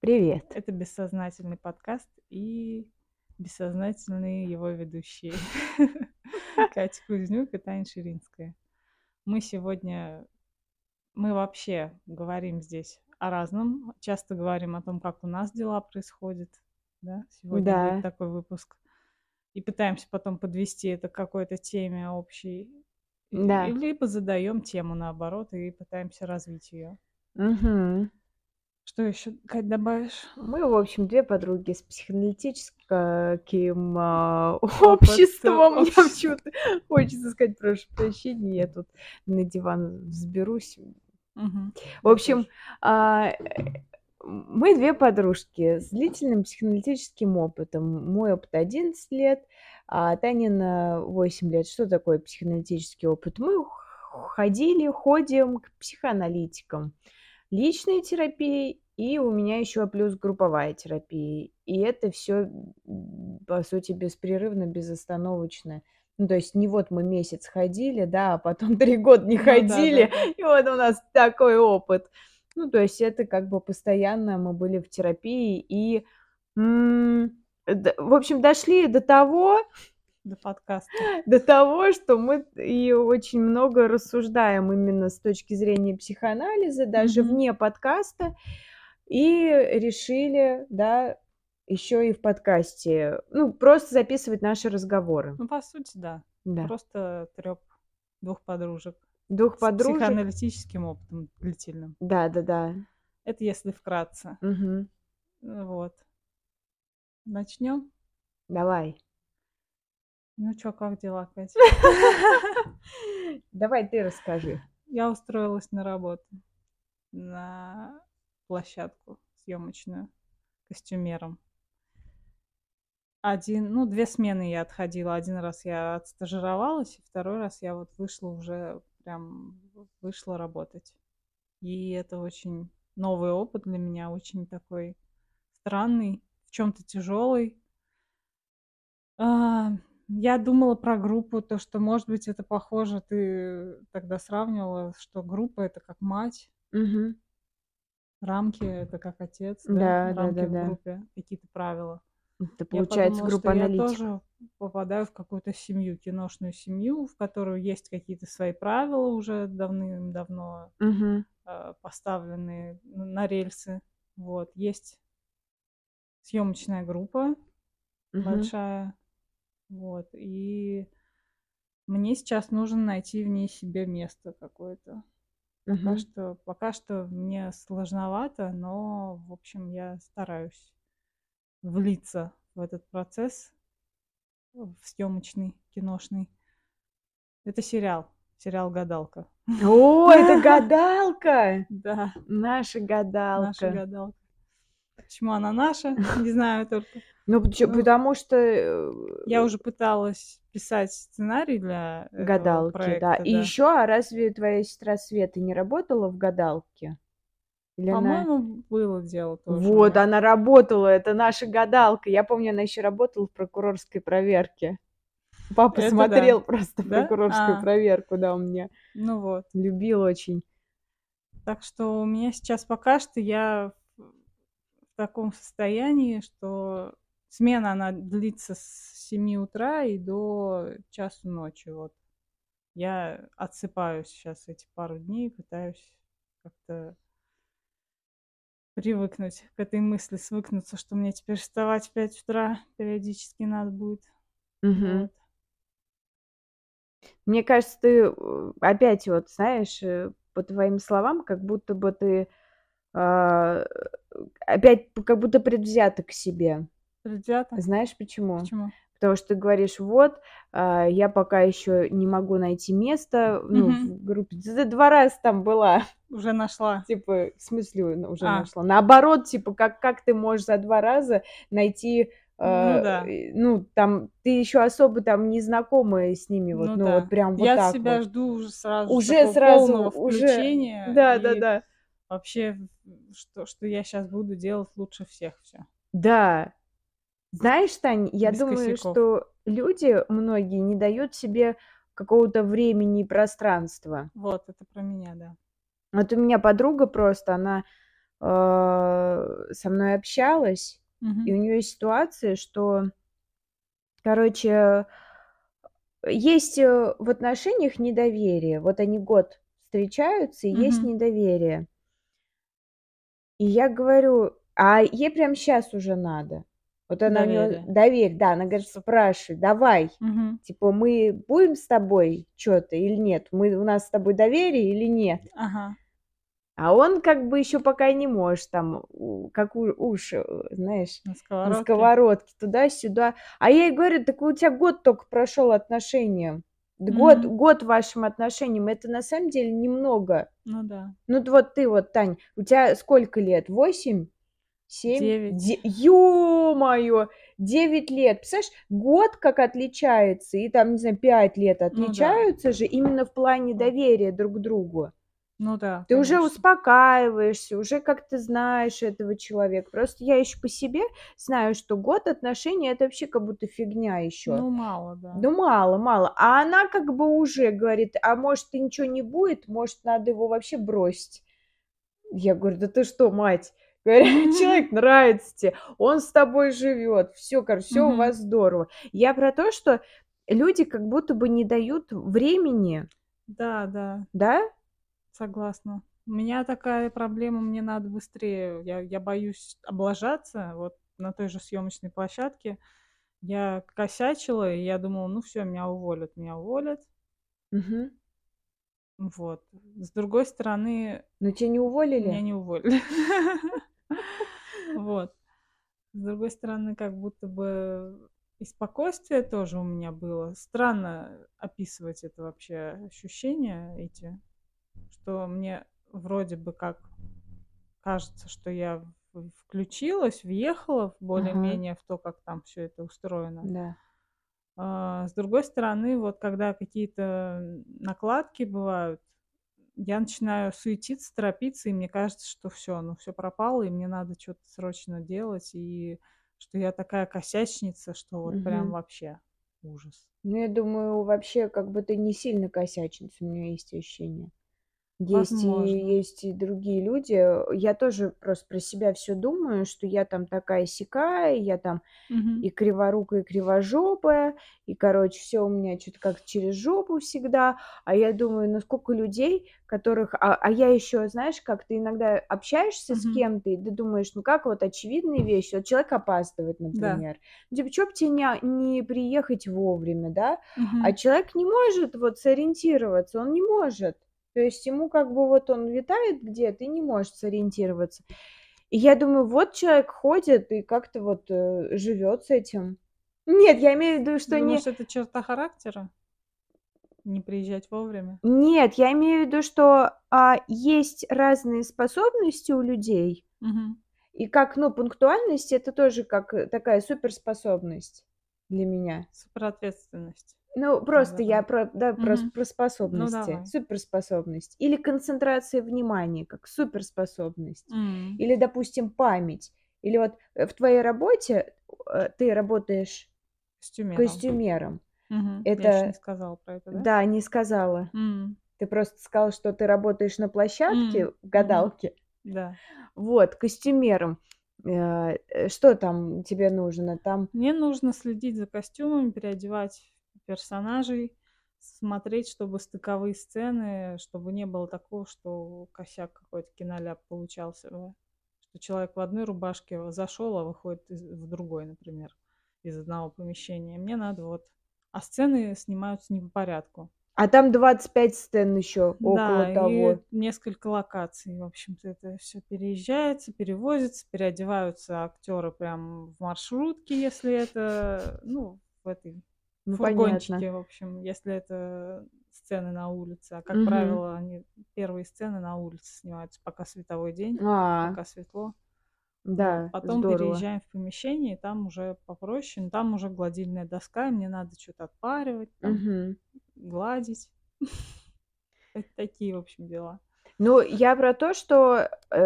Привет. Это бессознательный подкаст и бессознательные его ведущие. Катя Кузнюк и Таня Ширинская. Мы вообще говорим здесь о разном. Часто говорим о том, как у нас дела происходят. Да? Сегодня будет Да, такой выпуск. И пытаемся потом подвести это к какой-то теме общей. да. Либо задаем тему наоборот и пытаемся развить ее. Мгм. Что еще, Кать, добавишь? Мы, в общем, две подруги с психоаналитическим Опыт обществом. Мне общества. почему-то хочется сказать, прошу прощения, я тут на диван взберусь. Мгм. В Я общем, тоже. а, мы две подружки с длительным психоаналитическим опытом. Мой опыт 11 лет, а Танина 8 лет. Что такое психоаналитический опыт? Мы ходим к психоаналитикам. Личная терапия, и у меня еще плюс групповая терапия. И это все, по сути, беспрерывно, безостановочно. Ну, то есть не вот мы месяц ходили, да, а потом 3 года не Ну да, да, ходили, да. и вот у нас такой опыт. Ну, то есть это как бы постоянно мы были в терапии и, в общем, дошли До подкаста. до того, что мы и очень много рассуждаем именно с точки зрения психоанализа, даже Мгм. вне подкаста, и решили, да, еще и в подкасте, ну, просто записывать наши разговоры. Ну, по сути, да. Да. Просто двух подружек Двух с подружек. психоаналитическим опытом длительным. Да-да-да. Это если вкратце. Мгм. Вот. Начнем. Давай. Ну чё, как дела, Кать? Давай ты расскажи. Я устроилась на работу, на площадку съемочную костюмером. Две смены я отходила. Один раз я отстажировалась, и второй раз я вот вышла работать. И это очень новый опыт для меня, очень такой странный, в чем-то тяжелый. А, Я думала про группу, то, что, может быть, это похоже, ты тогда сравнивала, что группа это как мать, Мгм. рамки это как отец, да, Да, рамки в да-да-да. группе, какие-то правила. Это Я получается подумала, что группа я аналитик. тоже попадаю в какую-то семью, киношную семью, в которую есть какие-то свои правила уже давным-давно Мгм. поставленные на рельсы. Вот. Есть съемочная группа Мгм. большая. Вот. И мне сейчас нужно найти в ней себе место какое-то. Мгм. Пока что мне сложновато, но, в общем, я стараюсь влиться в этот процесс, в съемочный, киношный. Это сериал «Гадалка». О, это гадалка! Да, Наша наша гадалка. гадалка. Почему она наша, не знаю только. Ну, Ну, потому что, я уже пыталась писать сценарий для этого гадалки, да. проекта, И да. еще, а разве твоя сестра Света не работала в гадалке? Или она... По-моему, было дело тоже у Вот, них. она работала, это наша гадалка. Я помню, она еще работала в прокурорской проверке. Папа Это да. смотрел просто Да? прокурорскую проверку, да, у меня. Ну вот. Любил очень. Так что у меня сейчас пока что я в таком состоянии, что смена, она длится с 7 утра и до часу ночи. Вот. Я отсыпаюсь сейчас эти пару дней, пытаюсь как-то привыкнуть к этой мысли, свыкнуться, что мне теперь вставать в 5 утра периодически надо будет. Мгм. Вот. Мне кажется, ты опять вот, знаешь, по твоим словам, как будто бы ты а, опять как будто предвзята к себе. Предвзято? Знаешь почему? Почему? Потому что ты говоришь: "Вот, я пока еще не могу найти место, ну, Мгм. в группе". Ты 2 раза там была. Уже нашла. Типа, в смысле уже А, нашла? Наоборот, типа, как ты можешь за 2 раза найти, ну да, ну, там, ты еще особо там не знакомая с ними, вот, ну ну, вот да. прям вот Я от так себя вот. жду уже сразу же Уже такого сразу, полного уже включения и да-да-да. вообще, что я сейчас буду делать лучше всех все Да. Знаешь, Тань, я без думаю, косяков. что люди, многие, не дают себе какого-то времени и пространства. Вот, это про меня, да. Вот у меня подруга просто, она со мной общалась, и у Мгм. нее есть ситуация, что, короче, есть в отношениях недоверие. Вот они год встречаются, и есть Мгм. недоверие. И я говорю, а ей прям сейчас уже надо. Вот она у нее Доверие. доверие, да, она говорит, Чтоб спрашивай, давай, Мгм. типа, мы будем с тобой что-то или нет? У нас с тобой доверие или нет? Ага. А он как бы еще пока не может, там, как уши, знаешь, На на сковородке? сковородке, туда-сюда. А я ей говорю, так у тебя год только прошел отношениям. Мгм. Год вашим отношениям, это на самом деле немного. Ну да. Ну вот ты вот, Тань, у тебя сколько лет? 8? 7? 9. Ё-моё! 9 лет. Представляешь, год как отличается, и там, не знаю, 5 лет Ну да. отличаются же именно в плане Вот. доверия друг к другу. Ну да, Ты уже конечно. успокаиваешься, уже как-то знаешь этого человека. Просто я еще по себе знаю, что год отношений- это вообще как будто фигня еще. Ну, мало, да. Ну, мало, мало. А она как бы уже говорит: "А может, и ничего не будет, может, надо его вообще бросить". Я говорю: "Да ты что, мать?" Говорю: "Человек нравится тебе, он с тобой живет, все, короче, всё у Мгм. вас здорово". Я про то, что люди как будто бы не дают времени, Да, да, да? согласна. У меня такая проблема, мне надо быстрее. Я боюсь облажаться. Вот на той же съемочной площадке я косячила, и я думала, ну все, меня уволят, меня уволят. Мгм. Вот. С другой стороны, Но тебя не меня уволили? не уволили. Вот. С другой стороны, как будто бы и спокойствие тоже у меня было. Странно описывать это вообще ощущения эти, что мне вроде бы как кажется, что я включилась, въехала в Ага, более-менее в то, как там все это устроено. да. С другой стороны, вот когда какие-то накладки бывают, я начинаю суетиться, торопиться, и мне кажется, что все, ну все пропало, и мне надо что то срочно делать, и что я такая косячница, что вот прям Мгм. вообще ужас. Ну, я думаю, вообще, как бы ты не сильно косячница, у меня есть ощущение. Возможно. Есть и другие люди. Я тоже просто про себя все думаю, что я там такая-сякая, я там Мгм. и криворукая, и кривожопая, и, короче, все у меня что то как через жопу всегда. А я думаю, ну сколько людей, которых я еще, знаешь, как ты иногда общаешься с Мгм. кем-то, и ты думаешь, ну как вот очевидные вещи. Вот человек опаздывает, Да. например. Ну, типа, чё б те не приехать вовремя, да? А Мгм. человек не может вот сориентироваться, он не может. То есть ему как бы вот он витает где-то и не может сориентироваться. И я думаю, вот человек ходит и как-то вот, живет с этим. Нет, я имею в виду, Ты что думаешь, это черта характера? Не приезжать вовремя? нет, я имею в виду, что, есть разные способности у людей, Мгм. и как, ну, пунктуальность- это тоже как, такая суперспособность для меня. Суперответственность, Ну, просто я наверное. про, да, Мгм. про Ну, способности, давай. суперспособность. Или концентрация внимания как суперспособность. М. Или, допустим, память. Или вот, в твоей работе, ты работаешь Костюмером. костюмером. Мгм. Я еще не Это сказала про это, да? да, не сказала. М. Ты просто сказала, что ты работаешь на площадке Мгм. гадалки. Да. Вот, костюмером. Что там тебе нужно? Там Мне нужно следить за костюмами, переодевать персонажей, смотреть, чтобы стыковые сцены, чтобы не было такого, что косяк какой-то, киноляп получался бы. Что человек в одной рубашке зашел, а выходит в другой, например, из одного помещения. Мне надо вот... А сцены снимаются не по порядку. там 25 сцен еще около Да, и того. несколько локаций. В общем-то, это все переезжается, перевозится, переодеваются актеры прям в маршрутке, если это, ну, в этой Ну, понятно. фургончике, в общем, если это сцены на улице. А, как Мгм. правило, они первые сцены на улице снимаются, пока световой день, А, пока светло. Вот. да, Потом здорово. переезжаем в помещение, и там уже попроще, но там уже гладильная доска, и мне надо что-то отпаривать, там, Мгм. гладить. Такие, в общем, дела. Ну, я про то, что,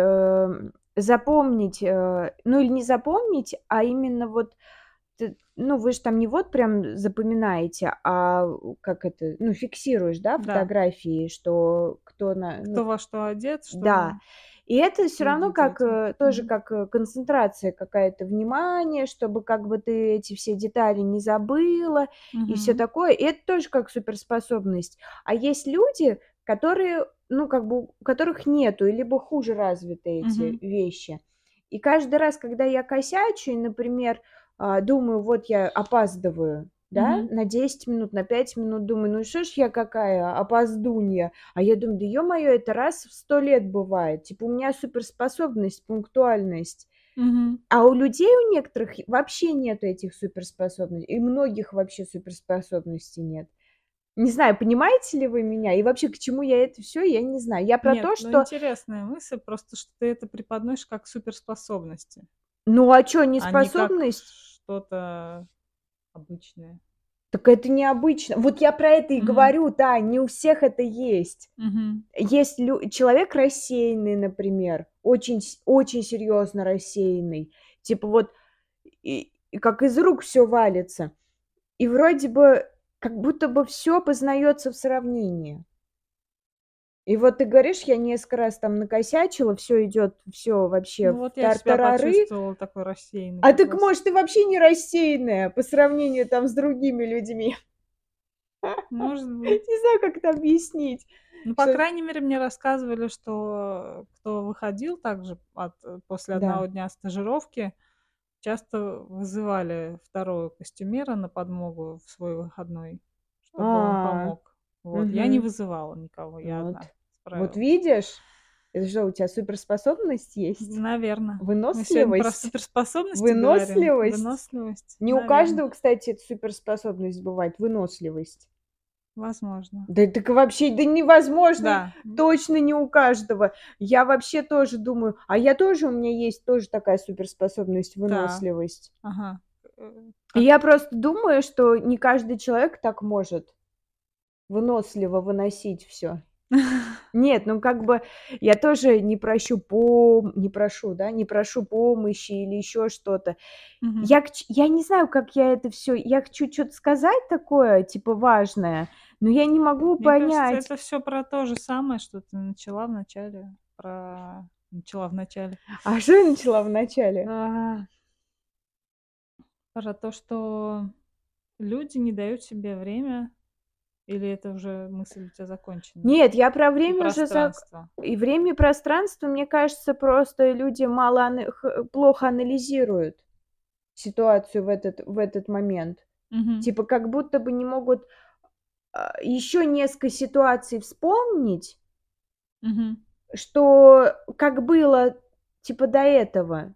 запомнить, ну, или не запомнить, а именно вот ну, вы же там не вот прям запоминаете, как это, ну, фиксируешь, да, Да. фотографии, что кто на Кто ну во что одет, да. что И это все равно следить за как этим. тоже Мгм. как концентрация какая-то внимания, чтобы как бы ты эти все детали не забыла и все Мгм. такое. И это тоже как суперспособность. А есть люди, которые, ну, как бы, у которых нету, либо хуже развиты эти Мгм. вещи. И каждый раз, когда я косячу, и, например, думаю, вот я опаздываю, да, Мгм. на 10 минут, на 5 минут, думаю, ну что ж я какая опоздунья. А я думаю, да ё-моё, это раз в 100 лет бывает. Типа у меня суперспособность, пунктуальность. Мгм. А у людей у некоторых вообще нет этих суперспособностей. И многих вообще суперспособностей нет. Не знаю, понимаете ли вы меня? И вообще, к чему я это все, я не знаю. Я про Нет, то, ну что, интересная мысль, просто что ты это преподносишь как суперспособности, ну а чё, а не как неспособность? что-то обычное. Так это необычно. Вот я про это и Мгм. говорю, да, не у всех это есть. Мгм. Есть человек рассеянный, например, очень серьезно рассеянный. Типа вот и как из рук все валится. И вроде бы как будто бы все познается в сравнении. И вот ты говоришь, я несколько раз там накосячила, все идет, все вообще Ну в вот я себя тартарары. почувствовала такой рассеянной А как так, раз. может, ты вообще не рассеянная по сравнению там с другими людьми? Может быть. Не знаю, как это объяснить. Ну, по Что крайней мере, мне рассказывали, что кто выходил также после да. одного дня стажировки, часто вызывали второго костюмера на подмогу в свой выходной, чтобы он А, помог. Вот. Я не мгм. вызывала никого, я Вот. одна Вот справилась. видишь? Это что, у тебя суперспособность есть? Наверно. Мы сегодня про Выносливость? суперспособности говорим. Выносливость? Выносливость, Не у наверно. каждого, кстати, эта суперспособность бывает, выносливость. Возможно. Да так вообще, да невозможно, Да. точно не у каждого. Я вообще тоже думаю, а я тоже, у меня есть тоже такая суперспособность, Так. выносливость. Ага. И Как? я просто думаю, что не каждый человек так может выносливо выносить все. Нет, ну как бы я тоже не прошу помощи или еще что-то. Мгм. Я не знаю, как я это все. Я хочу что то сказать такое, типа, важное, но я не могу Мне кажется, понять. это все про то же самое, что ты начала в начале. Начала в начале. А что я начала вначале? А, Про то, что люди не дают себе время, или это уже мысль у тебя законченная? Нет, я про И время уже пространство. и время, и пространство, мне кажется, просто люди мало плохо анализируют ситуацию в этот момент. Мгм. Типа, как будто бы не могут, еще несколько ситуаций вспомнить, Мгм. что как было, типа, до этого.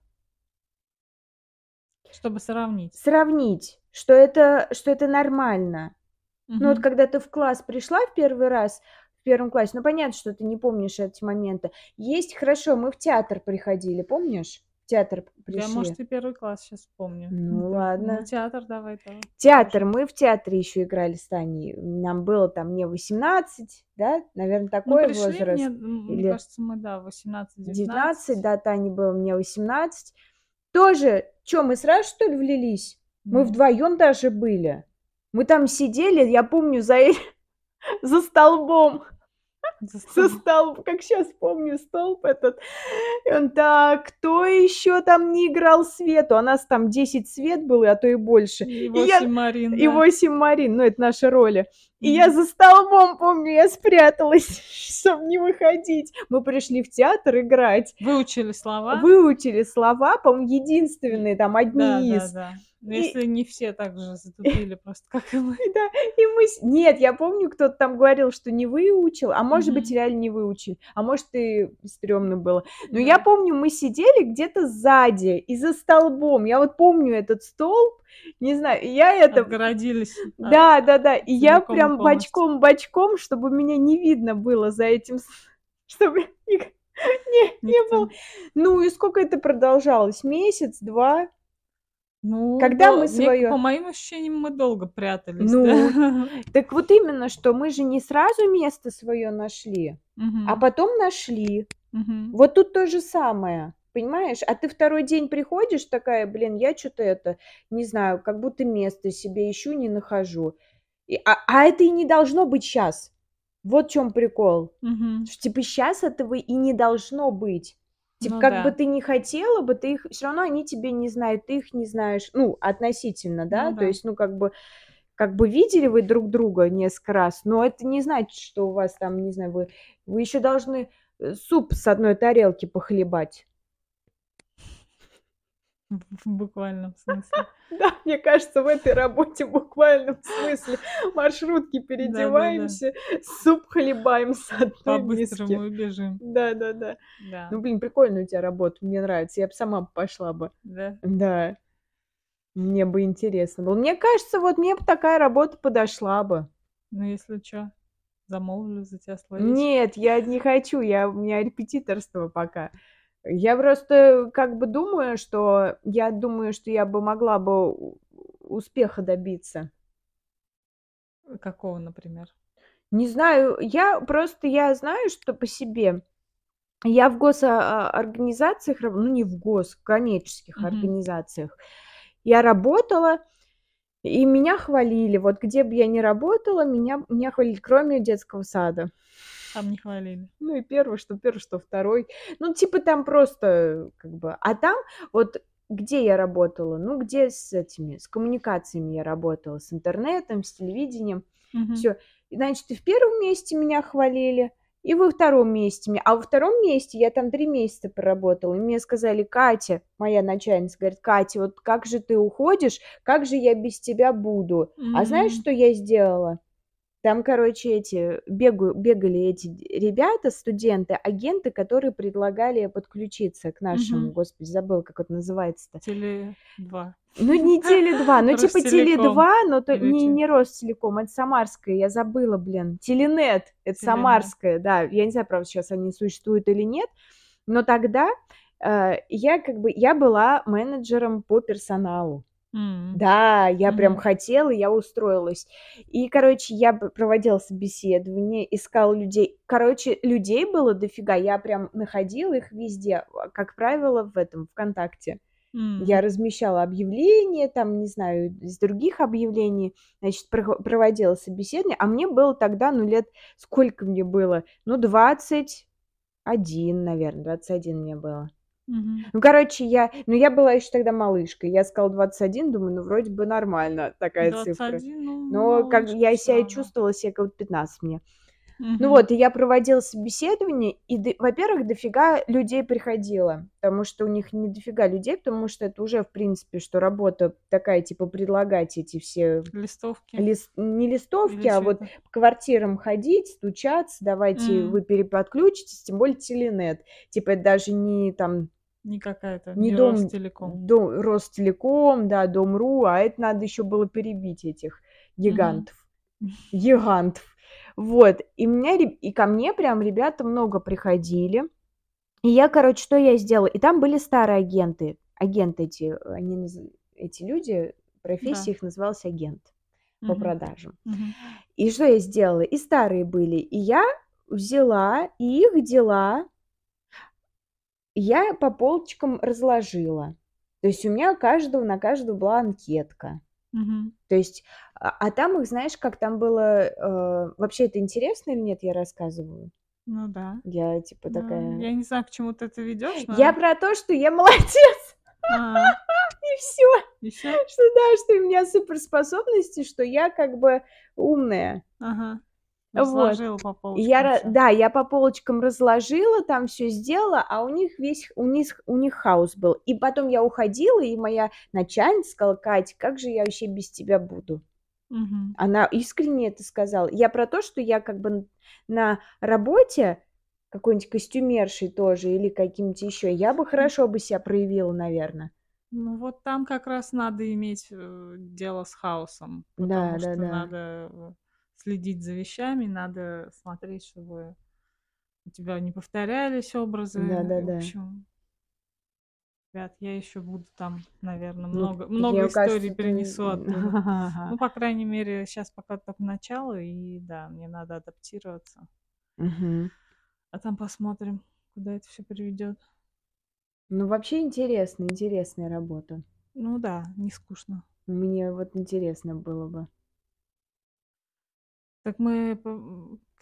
Чтобы сравнить. Сравнить, что это нормально. Ну, вот Мгм. когда ты в класс пришла в первый раз, в первом классе, ну, понятно, что ты не помнишь эти моменты. Есть хорошо, мы в театр приходили, помнишь? В театр Я, пришли. может, и первый класс сейчас помню. Ну, Ну, ладно. театр давай, давай, Театр. тоже. Мы в театре еще играли с Таней. Нам было там мне 18, да, наверное, Ну, такой пришли, мне возраст. мне Или кажется, мы, да, 18-19. 19, да, Тане было, мне 18. Тоже, что мы сразу, что ли, влились? Мы Нет. вдвоем даже были. Мы там сидели, я помню, за столбом. За За столом. столб, как сейчас помню, столб этот. И он так, кто еще там не играл Свету? У нас там 10 Свет было, а то и больше. И И я 8 Марин, и да. 8 Марин, ну, это наши роли. И я Мгм. за столбом, помню, я спряталась, чтобы не выходить. Мы пришли в театр играть. Выучили слова. Выучили слова, по-моему, И единственные, там, да, одни да, из. да. Но И если не все так же затупили просто, как и мы. И да, и мы с нет, я помню, кто-то там говорил, что не выучил, а может быть, Мгм. реально не выучили, а может, и стрёмно было. Но я Да. помню, мы сидели где-то сзади и за столбом. Я вот помню этот столб, не знаю, и я это Отгородились, да-да-да, и я целиком и прям полностью. бочком-бочком, чтобы меня не видно было за этим чтобы не было. Никто. Ну и сколько это продолжалось? Месяц, 2? Ну, Когда мы мне по свое моим ощущениям, мы долго прятались, да. Ну, так вот именно, что мы же не сразу место свое нашли, а Мгм. потом нашли. Мгм. Вот тут то же самое, понимаешь? А ты второй день приходишь такая: "Блин, я что то это, не знаю, как будто место себе ищу, не нахожу". А это и не должно быть сейчас. Вот в чём прикол. Мгм. Что типа щас этого и не должно быть. Типа, Ну как бы да, ты не хотела бы, ты их все равно они тебя не знают, ты их не знаешь. Ну, относительно, ну да. То да. есть, ну, как бы видели вы друг друга несколько раз, но это не значит, что у вас там, не знаю, вы еще должны, суп с одной тарелки похлебать. В буквальном смысле. Да, мне кажется, в этой работе в буквальном смысле маршрутки Да-да-да. переодеваемся, суп хлебаем с одной миски. По-быстрому и бежим. Да-да-да. Да, Ну, блин, прикольная у тебя работа, мне нравится. Я бы сама пошла бы. да. Да, мне бы интересно было. Мне кажется, вот мне бы такая работа подошла бы. Ну, если чё, замолвлю за тебя словечко. Нет, я не хочу, у меня репетиторство пока. Я просто как бы думаю, что я бы могла бы успеха добиться. Какого, например? Не знаю, я знаю, что по себе. Я в организациях, ну не в в коммерческих Мгм. организациях. Я работала, и меня хвалили. Вот где бы я ни работала, меня хвалили, кроме детского сада. Там не хвалили. Ну и первый, что второй. Ну, типа там просто как бы. А там вот где я работала? Ну, где с коммуникациями я работала, с интернетом, с телевидением. Мгм. Все. Значит, и в первом месте меня хвалили, и во втором месте. А во втором месте я там 3 месяца проработала. И мне сказали: "Катя", моя начальница говорит: "Катя, вот как же ты уходишь? Как же я без тебя буду?" А знаешь, М. что я сделала? Там, короче, бегали эти ребята, студенты, агенты, которые предлагали подключиться к Мгм. нашему, господи, забыла, как это называется-то. Теле2. Ну, не Теле2, ну, типа Ростелеком Теле2, но или чё? не Ростелеком, это самарская, я забыла, блин. Теленет, это Теленет. самарская, да. Я не знаю, правда, сейчас они существуют или нет, но тогда я была менеджером по персоналу. М. Да, я прям Мгм. хотела, я устроилась. И, короче, я проводила собеседование, искала людей. Короче, людей было дофига. Я прям находила их везде, как правило, в этом ВКонтакте. Я М. размещала объявления, там, не знаю, из других объявлений, значит, проводила собеседование. А мне было тогда, ну, лет, сколько мне было? Ну, 21, наверное, 21 мне было. Мгм. Ну, короче, я была еще тогда малышкой. Я сказала 21, думаю, ну, вроде бы нормально такая цифра. 21, ну, Но как малышка я всё себя равно. чувствовала себя как будто 15 мне. Ну Мгм. вот, и я проводила собеседование, и, во-первых, дофига людей приходило, потому что у них не дофига людей, потому что это уже, в принципе, что работа такая, типа, предлагать эти все Листовки не или листовки, а чё вот это? по квартирам ходить, стучаться, давайте М. вы переподключитесь, тем более Теленет. Типа, это даже не там Не какая-то, не не Ростелеком. Ростелеком, да, Дом.ру, а это надо еще было перебить этих Мгм. гигантов. Гигантов. Вот. И ко мне прям ребята много приходили. И я, короче, что я сделала? И там были старые агенты. Агенты эти люди, Да. профессия их называлась агент по Мгм. продажам. Мгм. И что я сделала? И старые были. И я взяла и их дела я по полочкам разложила. То есть у меня на каждого была анкетка. Мгм. То есть, там их, знаешь, как там было, вообще это интересно или нет, я рассказываю? Ну да. Я типа Ну, такая. я не знаю, к чему ты это ведёшь, Я но про то, что я молодец, А, и все, и всё? что да, что у меня суперспособности, что я как бы умная. Ага. Вот. Разложила по И полочкам всё. да, я по полочкам разложила, там все сделала, а у них хаос был. И потом я уходила, и моя начальница сказала: "Катя, как же я вообще без тебя буду?" Мгм. Она искренне это сказала. Я про то, что я как бы на работе какой-нибудь костюмершей тоже или каким-нибудь еще, я бы хорошо бы себя проявила, наверно. Ну, вот там как раз надо иметь, дело с хаосом, потому что Да-да-да. надо, следить за вещами, надо смотреть, чтобы у тебя не повторялись образы. И, в Да-да-да. общем, ребят, я еще буду там, наверное, Ну, много мне историй кажется, принесу ты оттуда. Ну, по крайней мере, сейчас пока только начало, и да, мне надо адаптироваться. Мгм. А там посмотрим, куда это все приведет. Ну, вообще интересная работа. Ну да, не скучно. Мне вот интересно было бы. Так мы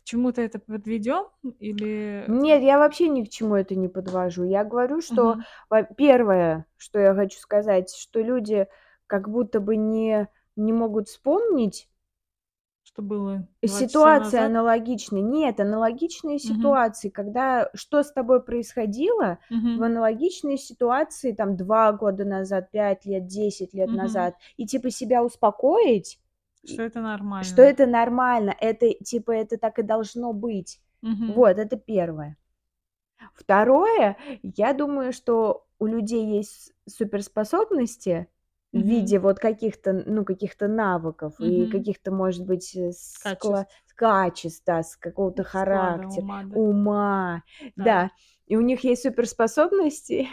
чему-то это подведем или... Нет, я вообще ни к чему это не подвожу. Я говорю, что Мгм. первое, что я хочу сказать, что люди как будто бы не могут вспомнить Что было 2 часа ситуации назад? аналогичные. Нет, аналогичные Мгм. ситуации, когда что с тобой происходило в Мгм. аналогичной ситуации там 2 года назад, 5 лет, 10 лет Мгм. назад, и типа себя успокоить, Что и это что нормально. это нормально, это типа это так и должно быть. Мгм. Вот, это первое. Второе, я думаю, что у людей есть суперспособности в Мгм. виде вот каких-то, ну, каких-то навыков и Мгм. каких-то, может быть, Качеств. качеств, да, с какого-то Склада характера, ума, да. ума, Да. да. И у них есть суперспособности.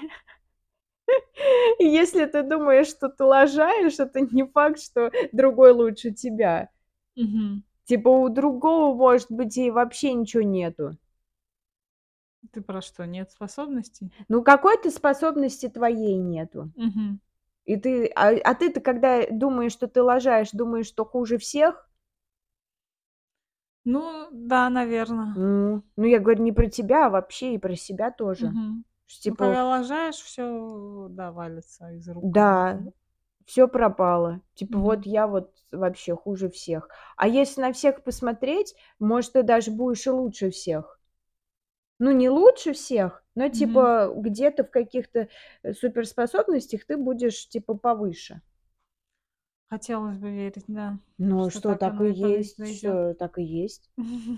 И если ты думаешь, что ты лажаешь, это не факт, что другой лучше тебя. Мгм. Типа у другого, может быть, и вообще ничего нету. Ты про что, нет способностей? Ну, какой-то способности твоей нету. Мгм. И ты, ты-то, когда думаешь, что ты лажаешь, думаешь, что хуже всех? Ну да, наверно. Ну, я говорю не про тебя, а вообще и про себя тоже. Мгм. Что Ну, типа, когда лажаешь, все, да, валится из рук да, кому-то. все пропало. Типа, Мгм. вот я вот вообще хуже всех. А если на всех посмотреть, может, ты даже будешь и лучше всех. Ну, не лучше всех, но Мгм. типа где-то в каких-то, суперспособностях ты будешь типа повыше. Хотелось бы верить, да, Ну, что что так так оно и и есть, произойдет. что так и есть.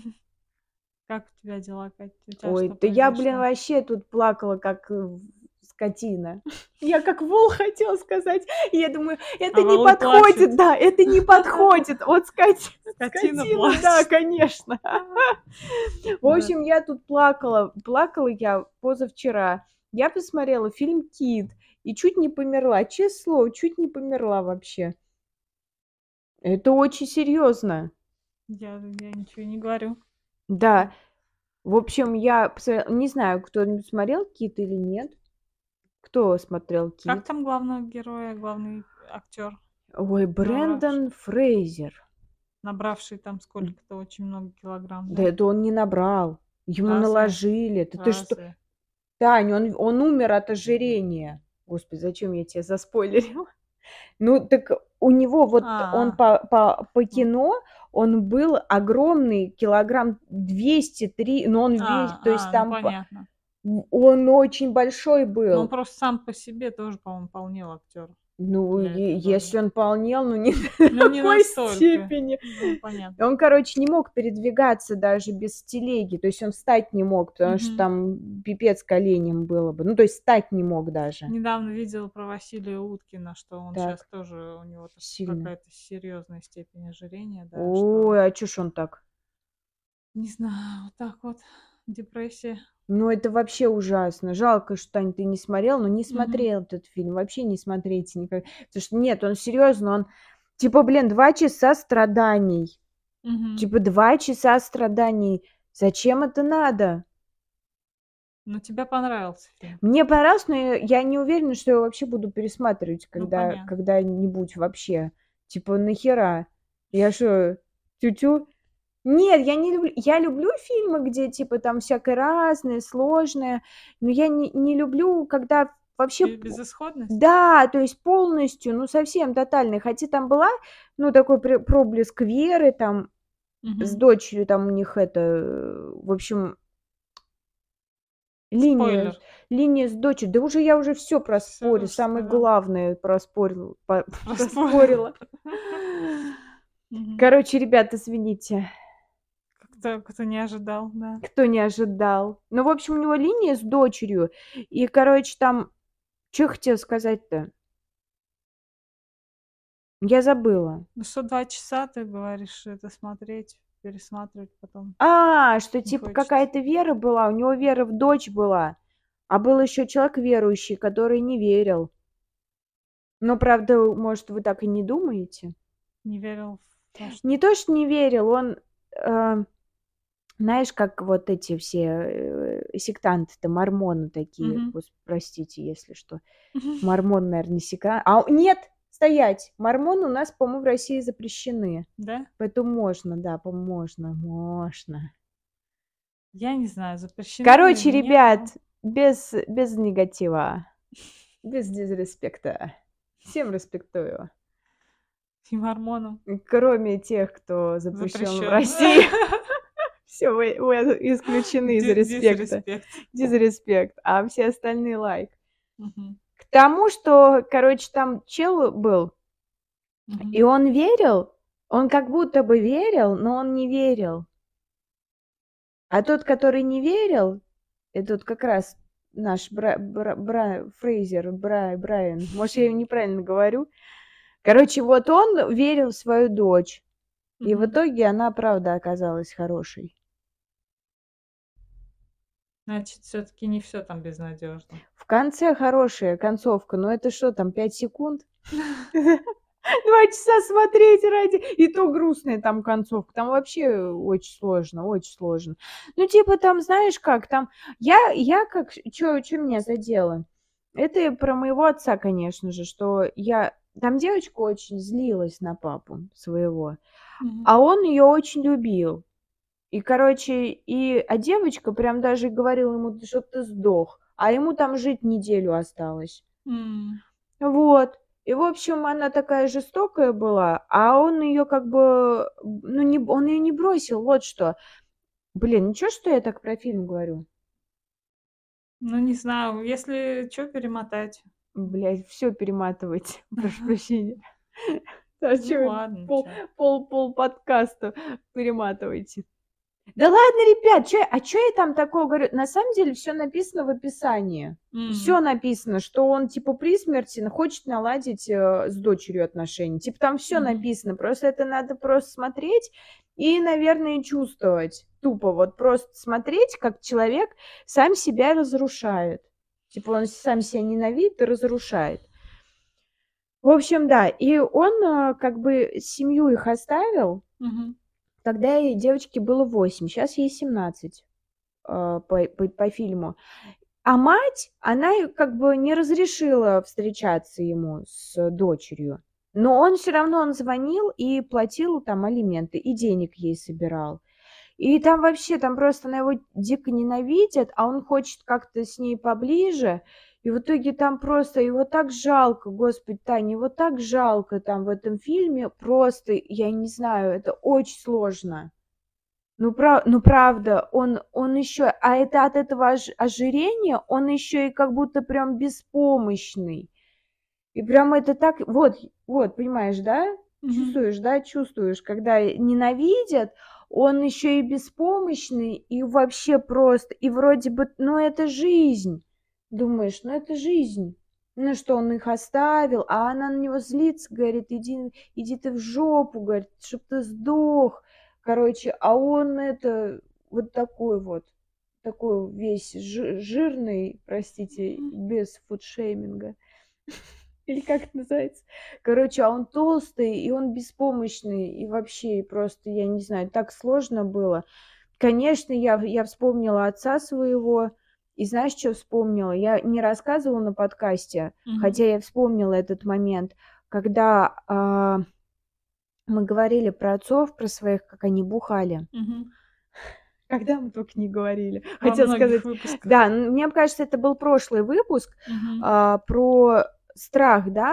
Как у тебя дела, Катя? У тебя Ой, что да я, блин, произошло? вообще тут плакала, как, скотина. Я как вол хотела сказать. И я думаю, А это не валы плачут. подходит, да, это не подходит. Вот Скотина скотина, да, плачет. конечно. В Да. общем, я тут плакала. Плакала я позавчера. Я посмотрела фильм "Кит" и чуть не померла. Честное слово, чуть не померла вообще. Это очень серьезно. Я ничего не говорю. Да. В общем, я не знаю, кто-нибудь смотрел "Кит" или нет. Кто смотрел Как "Кит"? там главного героя, главный актер, Ой, набравший Брендан Фрейзер. набравший там сколько-то очень много килограмм, Да да? это он не набрал. Ему Разве? наложили. Да ты что? Разве? Тань, он умер от ожирения. Господи, зачем я тебе заспойлерила? Ну, так у него вот он А, по ну, кино, он был огромный, килограмм 203, но он весь, то есть ну там понятно. он очень большой Но он был. просто сам по себе тоже, по-моему, полнел актер Ну, для этой роли. если он полнел, ну не до Ну, не такой настолько. степени. Ну, понятно. Он, короче, не мог передвигаться даже без телеги, то есть он встать не мог, потому что Мгм. там пипец коленям было бы. Ну, то есть встать не мог даже. Недавно видела про Василия Уткина, что он сейчас Так, тоже, у него сильно. какая-то серьезная степень ожирения, да, что, Ой, а чё ж он так? не знаю, вот так вот, депрессия. Ну, это вообще ужасно. Жалко, что, Тань, ты не смотрел, но не Мгм. смотрел этот фильм. Вообще не смотрите никак. Потому что нет, он серьезно, он типа, блин, 2 часа страданий. Мгм. Типа 2 часа страданий. Зачем это надо? Ну, тебе понравился фильм? Мне понравилось, но я не уверена, что я вообще буду пересматривать Ну, понятно. когда-нибудь вообще. Типа, нахера? Я что, тю-тю? Нет, я люблю фильмы, где, типа, там всякое разное, сложное, но я не люблю, когда вообще Безысходность? да, то есть полностью, ну, совсем тотальный. Хотя там была, ну, такой проблеск веры, там с Мгм. дочерью, там у них это, в общем, Линия Спойлер. линия с дочерью. Да уже я уже все Все проспорю, уже самое сказал. главное проспорил по Проспорил. проспорила. Мгм. Короче, ребят, извините, Кто не ожидал, да. кто не ожидал. Ну, в общем, у него линия с дочерью, и, короче, там чё я хотела сказать-то? Я забыла. Ну что 2 часа, ты говоришь, это смотреть, пересматривать потом Что не типа хочется. какая-то вера была, у него вера в дочь была, а был еще человек верующий, который не верил. Но, правда, может, вы так и не думаете? Не верил в то, что... Не то, что не верил, он, э знаешь, как вот эти все, сектанты-то, мормоны такие, Мгм. простите, если что. Мормон, наверно, не нет! Стоять! Мормоны у нас, по-моему, в России запрещены. Да? Поэтому можно, да, по-моему, можно. Я не знаю, запрещено или Короче, нет, ребят, без негатива, без дизреспекта. Всем респектую. всем гормонам Кроме тех, кто запрещен в запрещен. России. Все, вы исключены из респекта. Дизреспект. Дизреспект. А все остальные лайк. Мгм. К тому, что, короче, там чел был, Мгм. и он верил, он как будто бы верил, но он не верил. А тот, который не верил, и тут как раз наш Фрейзер, Брайан, может, я неправильно говорю. Короче, вот он верил в свою дочь, и в Мгм. итоге она, правда, оказалась хорошей. Значит, все-таки не все там безнадежно. В конце хорошая концовка, но это что там, 5 секунд? 2 часа смотреть ради... И то грустная там концовка. Там вообще очень сложно, очень сложно. Ну, типа там, знаешь как, там... Я как... Чё меня задело? Это про моего отца, конечно же, что я... Там девочка очень злилась на папу своего, Мгм. а он ее очень любил. И, короче, а девочка прям даже говорила ему, чтоб ты сдох. А ему там жить неделю осталось. М. Вот. И, в общем, она такая жестокая была, а он ее как бы, ну, не, он ее не бросил, вот что. Блин, ничего, что я так про фильм говорю? Ну, не знаю, если что, перемотать. Блядь, все перематывать, прошу прощения. А Ну чё, ладно, пол, что. пол подкаста перематывайте. Да ладно, ребят, чё я там такого говорю? На самом деле все написано в описании. Все написано, что он типа при смерти хочет наладить с дочерью отношения. Типа там все Мгм. написано. Просто это надо просто смотреть и, наверное, чувствовать. Тупо вот просто смотреть, как человек сам себя разрушает. Типа он сам себя ненавидит и разрушает. В общем, да. И он как бы семью их оставил, Мгм. когда ей девочке было 8, сейчас ей 17 по фильму. А мать, она как бы не разрешила встречаться ему с дочерью. Но он все равно, он звонил и платил там алименты, и денег ей собирал. И там вообще, там просто она его дико ненавидит, а он хочет как-то с ней поближе. И в итоге там просто его так жалко, господи, Таня, его так жалко там в этом фильме. Просто, я не знаю, это очень сложно. Ну правда, он еще, а это от этого ожирения он еще и как будто прям беспомощный. И прям это так, вот, понимаешь, да? Мгм. Чувствуешь, когда ненавидят, он еще и беспомощный, и вообще просто, и вроде бы, ну это жизнь. Думаешь, ну это жизнь. Ну что, он их оставил, а она на него злится, говорит, иди ты в жопу, говорит, чтоб ты сдох. Короче, а он это вот такой весь жирный, простите, без фудшейминга. Или как это называется? Короче, а он толстый, и он беспомощный, и вообще, и просто, я не знаю, так сложно было. Конечно, я вспомнила отца своего, и знаешь, что вспомнила? Я не рассказывала на подкасте, Мгм. хотя я вспомнила этот момент, когда мы говорили про отцов, про своих, как они бухали. Мгм. Когда мы только не говорили. Во Хотела многих сказать, выпусках. да, мне кажется, это был прошлый выпуск Мгм. про страх, да,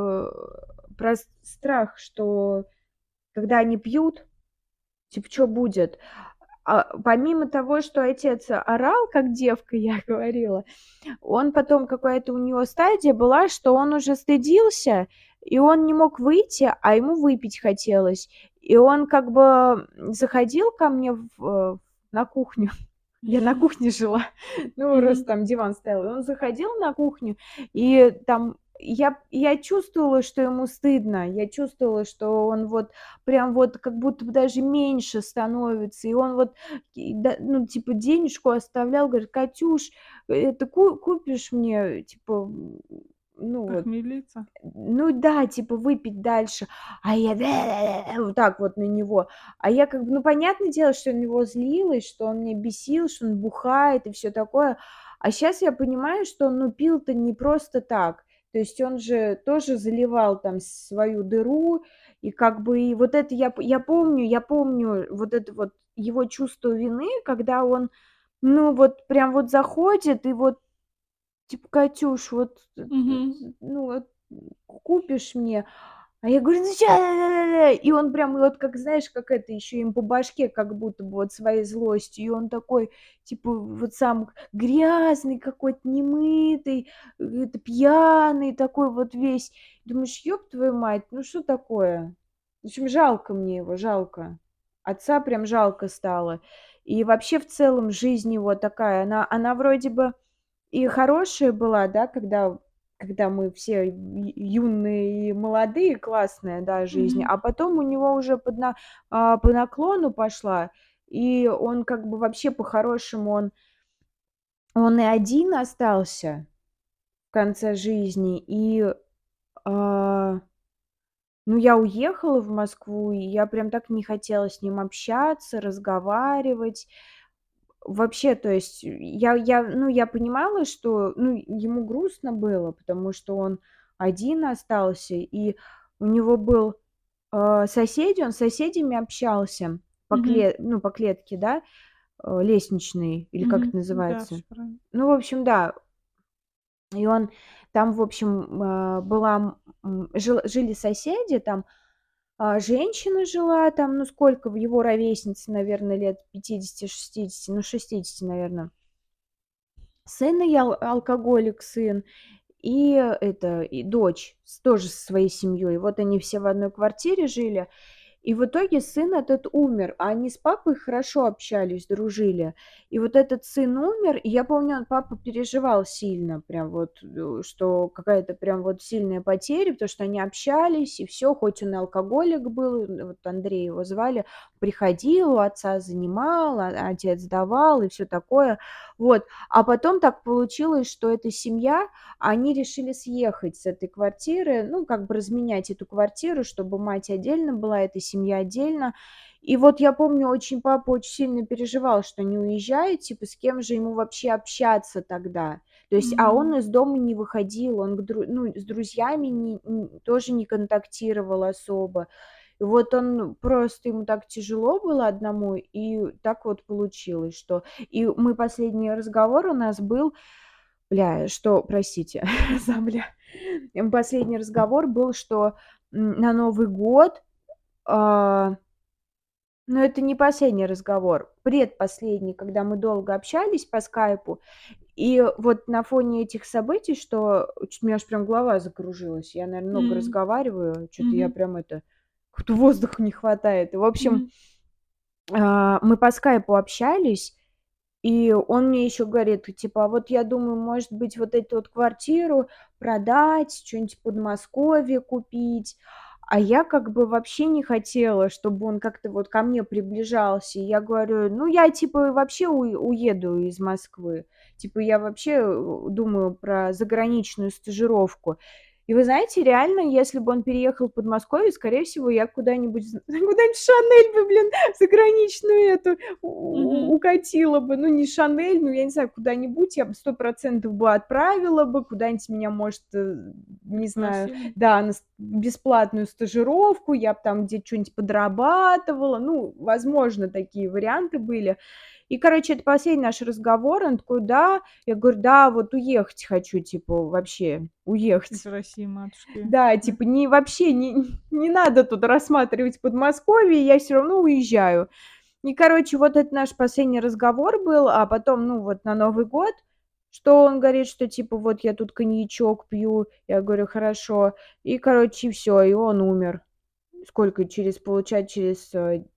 про страх, что когда они пьют, типа, что будет? Помимо того, что отец орал, как девка, я говорила, он потом, какая-то у него стадия была, что он уже стыдился, и он не мог выйти, а ему выпить хотелось. И он как бы заходил ко мне на кухню. Я на кухне жила, ну, просто Мгм. там диван стоял. И он заходил на кухню, и там я чувствовала, что ему стыдно. Я чувствовала, что он вот прям вот как будто бы даже меньше становится. И он вот, ну, типа, денежку оставлял, говорит: "Катюш, это купишь мне, типа, ну вот, Похмелиться. ну да, типа выпить дальше". А я вот так вот на него. А я как бы, ну, понятное дело, что я на него злилась, что он меня бесил, что он бухает и все такое. А сейчас я понимаю, что он, ну, пил-то не просто так. То есть он же тоже заливал там свою дыру, и как бы и вот это я помню вот это вот его чувство вины, когда он Ну, вот прям вот заходит и вот типа: "Катюш, вот, Мгм. ну вот, купишь мне?" А я говорю: "Ну ща". И он прям, и вот как, знаешь, как это, еще им по башке как будто бы вот своей злостью. И он такой, типа, вот сам грязный какой-то, немытый, это пьяный такой вот весь. Думаешь: "Ёб твою мать, ну что такое?" В общем, жалко мне его, жалко. Отца прям жалко стало. И вообще, в целом, жизнь его такая, она вроде бы и хорошая была, да, когда мы все юные и молодые, классная, да, жизнь, Мгм. а потом у него уже по наклону пошла, и он как бы вообще по-хорошему, он и один остался в конце жизни. И, а, ну, я уехала в Москву, и я прям так не хотела с ним общаться, разговаривать. Вообще, то есть, ну, я понимала, что, ну, ему грустно было, потому что он один остался, и у него был, соседи, он с соседями общался Мгм. ну, по клетке, да, лестничной, или как Мгм. это Да, называется. всё правильно. Ну, в общем, да, и он там, в общем, жили соседи, там, женщина жила там, ну, сколько, в его ровеснице, наверное, лет 50-60, ну, 60, наверно. Сын и алкоголик сын, и и дочь тоже со своей семьей. Вот они все в одной квартире жили. И в итоге сын этот умер, а они с папой хорошо общались, дружили. И вот этот сын умер, и я помню, папа переживал сильно, прям вот, что какая-то прям вот сильная потеря, потому что они общались, и все, хоть он и алкоголик был, вот Андрей его звали, приходил, у отца занимал, отец давал и все такое. Вот. А потом так получилось, что эта семья, они решили съехать с этой квартиры, ну, как бы разменять эту квартиру, чтобы мать отдельно была, эта семья отдельно. И вот я помню, очень папа очень сильно переживал, что не уезжает, типа, с кем же ему вообще общаться тогда? То есть, а он М. из дома не выходил, он ну, с друзьями тоже не контактировал особо. И вот он просто, ему так тяжело было одному, и так вот получилось, что... И мы последний разговор у нас был, бля, что, простите, за бля. Последний разговор был, что, на Новый год, а, но это не последний разговор, предпоследний, когда мы долго общались по "Скайпу". И вот на фоне этих событий, что чуть у меня аж прям голова закружилась, я, наверно, много М. разговариваю, чё-то я Мгм. прям это, как-то воздуха не хватает. И, в общем, Мгм. мы по "Скайпу" общались, и он мне еще говорит, типа: "А вот я думаю, может быть, вот эту вот квартиру продать, чё-нибудь в Подмосковье купить". А я как бы вообще не хотела, чтобы он как-то вот ко мне приближался. И я говорю: "Ну, я, типа, вообще уеду из Москвы. Типа, я вообще, думаю про заграничную стажировку". И вы знаете, реально, если бы он переехал в Подмосковье, скорее всего, я куда-нибудь куда-нибудь в "Шанель" бы, блин, заграничную эту Мгм. укатила бы. Ну, не "Шанель", ну, я не знаю, куда-нибудь я бы 100% бы отправила бы, куда-нибудь меня, может, не знаю, Пригласили? да, на бесплатную стажировку, я бы там где-то чё-нибудь подрабатывала. Ну, возможно, такие варианты были. И, короче, это последний наш разговор. Он такой: "Да". Я говорю: "Да, вот уехать хочу, типа, вообще Из уехать". России матушки, Да, да? типа, вообще не надо тут рассматривать Подмосковье, я все равно уезжаю. И, короче, вот это наш последний разговор был, а потом, ну, вот на Новый год, что он говорит, что типа: "Вот я тут коньячок пью". Я говорю: "Хорошо". И, короче, все, и он умер. Сколько? Через,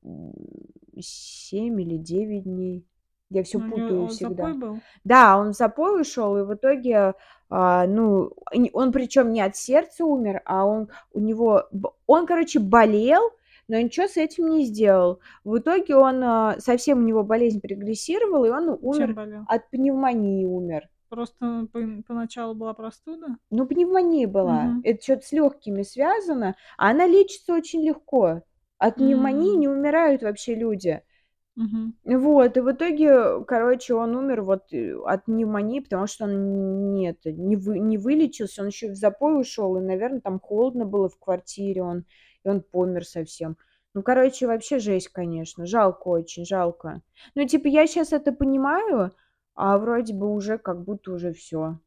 7 или 9 дней. Я все Ну, у него путаю он запой всегда. был? Да, он в запой ушел, и в итоге, ну, он причем не от сердца умер, а у него он, короче, болел, но ничего с этим не сделал. В итоге он, совсем у него болезнь прогрессировала, и он Чем умер болел? от пневмонии умер. Просто поначалу была простуда? Ну, пневмония была. Мгм. Это что то с легкими связано, а она лечится очень легко. От пневмонии М. не умирают вообще люди. Мгм. Вот, и в итоге, короче, он умер вот, от пневмонии, потому что он не вылечился, он еще в запой ушел, и, наверно, там холодно было в квартире, и он помер совсем. Ну, короче, вообще жесть, конечно. Жалко очень, жалко. Ну, типа, я сейчас это понимаю, а вроде бы уже как будто уже все.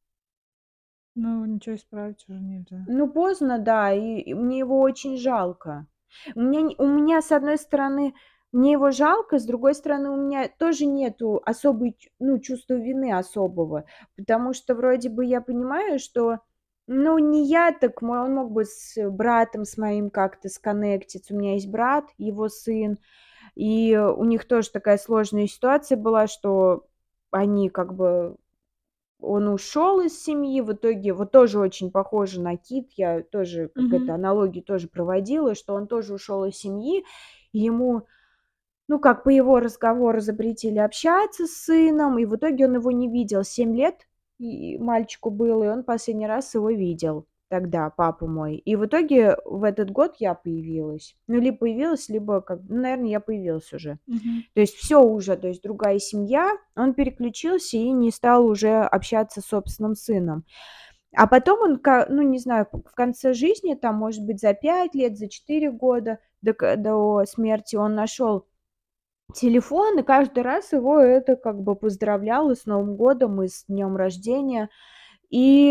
Ну, ничего исправить уже нельзя. Ну, поздно, да, и мне его очень жалко. У меня, с одной стороны, мне его жалко, с другой стороны, у меня тоже нету особой, ну, чувства вины особого, потому что вроде бы я понимаю, что, ну, не я, так он мог бы с братом с моим как-то сконнектиться. У меня есть брат, его сын, и у них тоже такая сложная ситуация была, что они как бы он ушел из семьи, в итоге вот тоже очень похоже на Кит, я тоже как это Мгм. аналогию тоже проводила, что он тоже ушел из семьи, и ему, ну, как по его разговору запретили общаться с сыном, и в итоге он его не видел 7 лет, и мальчику было, и он последний раз его видел тогда, папу мой. И в итоге в этот год я появилась. Ну, либо появилась, либо как, ну, наверное, я появилась уже. Мгм. То есть все уже, то есть другая семья, он переключился и не стал уже общаться с собственным сыном. А потом он, ну, не знаю, в конце жизни, там, может быть, за 5 лет, за 4 года до смерти он нашел телефон, и каждый раз его это как бы поздравлял и с Новым годом, и с днем рождения. И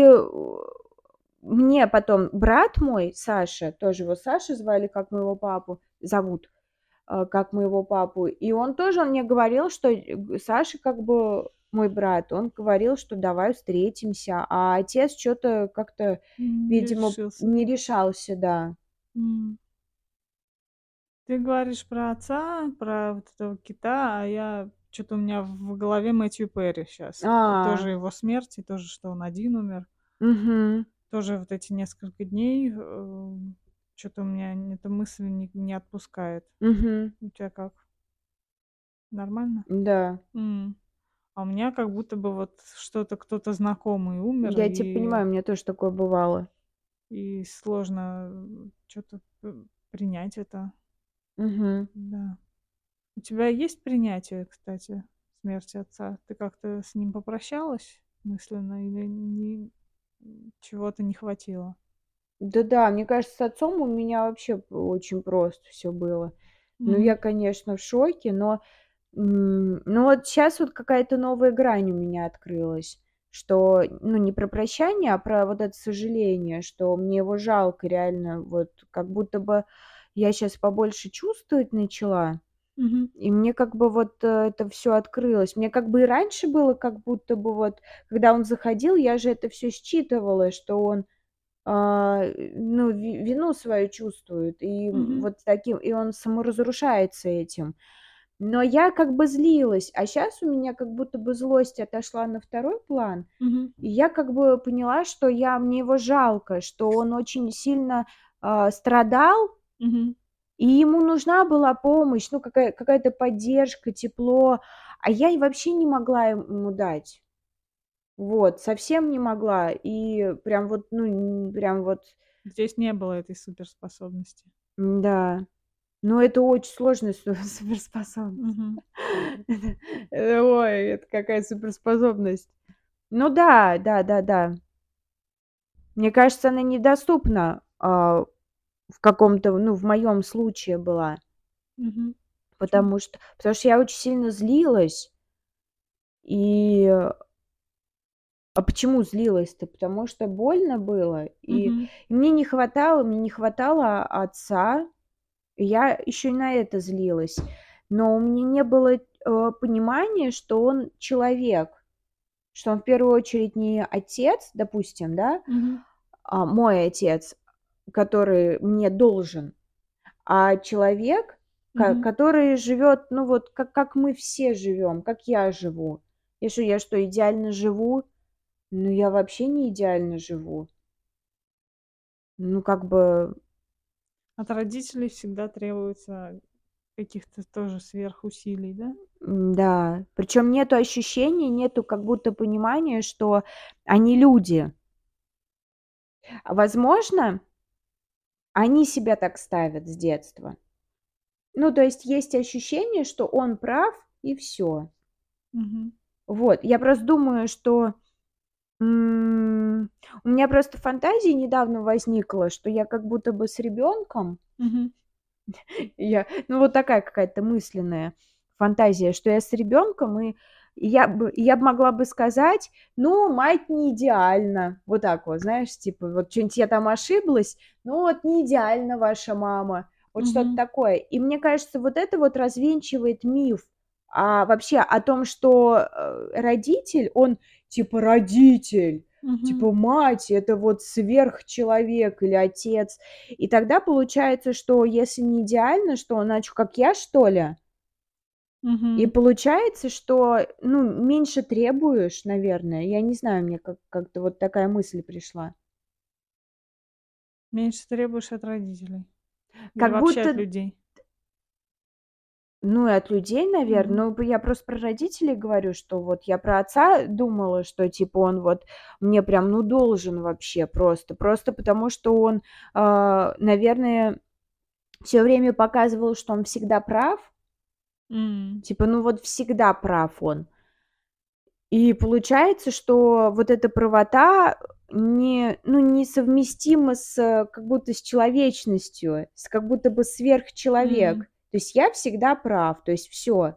мне потом брат мой, Саша, тоже его Саша звали, как моего папу, зовут, как моего папу. И он мне говорил, что Саша как бы мой брат, он говорил, что давай встретимся, а отец что-то как-то, Не видимо, решился, не да? решался, да. М. Ты говоришь про отца, про вот этого кита, а я что-то у меня в голове Мэтью Перри сейчас. Тоже А, его смерть, и тоже, что он один умер. мгм, Тоже вот эти несколько дней, что-то у меня эта мысль не отпускает. мгм, У тебя как? Нормально? да. М. А у меня как будто бы вот что-то, кто-то знакомый умер, Я тебя понимаю, у меня тоже такое бывало. и сложно что-то принять это. Мгм. Да. У тебя есть принятие, кстати, смерти отца? Ты как-то с ним попрощалась мысленно или чего-то не хватило? Да-да, мне кажется, с отцом у меня вообще очень просто все было. Ну, Мгм. я, конечно, в шоке, но, ну, вот сейчас вот какая-то новая грань у меня открылась, что, ну, не про прощание, а про вот это сожаление, что мне его жалко реально. Вот как будто бы я сейчас побольше чувствовать начала, Мгм. и мне как бы вот, это все открылось. Мне как бы и раньше было как будто бы вот, когда он заходил, я же это все считывала, что он ну, вину свою чувствует, и Мгм. вот таким, и он саморазрушается этим. Но я как бы злилась, а сейчас у меня как будто бы злость отошла на второй план, Мгм. и я как бы поняла, что мне его жалко, что он очень сильно, страдал, Мгм. и ему нужна была помощь, ну, какая-то поддержка, тепло, а я и вообще не могла ему дать. Вот, совсем не могла. И прям вот, ну, прям вот. Здесь не было этой суперспособности. Да, но это очень сложная суперспособность. Мгм. Ой, это какая суперспособность. Ну да, да-да-да. Мне кажется, она недоступна, в каком-то, ну, в моем случае была, Мгм. Почему? потому что я очень сильно злилась. И, а почему злилась-то? Потому что больно было, и Мгм. мне не хватало отца. Я еще и на это злилась, но у меня не было, понимания, что он человек, что он в первую очередь не отец, допустим, да, Мгм. мой отец, который мне должен, а человек, Мгм. который живет, ну вот как мы все живем, как я живу. Я что, идеально живу? Ну, я вообще не идеально живу. Ну, как бы, От родителей всегда требуется каких-то тоже сверхусилий, да? да. Причем нету ощущения, нету как будто понимания, что они люди. Возможно, они себя так ставят с детства. Ну, то есть ощущение, что он прав и все. Мгм. Вот. Я просто думаю, что, у меня просто фантазия недавно возникла, что я как будто бы с ребенком, Мгм. Ну, вот такая какая-то мысленная фантазия, что я с ребенком, и я б могла бы сказать: "Ну, мать не идеальна". Вот так вот, знаешь, типа, вот чё нибудь я там ошиблась, ну, вот не идеальна ваша мама. Вот что-то Мгм. такое. И мне кажется, вот это вот развенчивает миф, вообще о том, что, родитель, он типа родитель, Мгм. типа мать — это вот сверхчеловек или отец. И тогда получается, что если не идеально, что он, чё, как я, что ли? И Мгм. получается, что, ну, меньше требуешь, наверное. Я не знаю, мне как-то вот такая мысль пришла. Меньше требуешь от родителей или Как вообще от будто, людей? ну, и от людей, наверное. Мгм. Ну, я просто про родителей говорю, что вот я про отца думала, что типа он вот мне прям, ну, должен вообще просто. Просто потому, что он, наверное, все время показывал, что он всегда прав. М. Типа, ну, вот всегда прав он. И получается, что вот эта правота несовместима как будто с человечностью, как будто бы сверхчеловек. М. То есть я всегда прав, то есть все.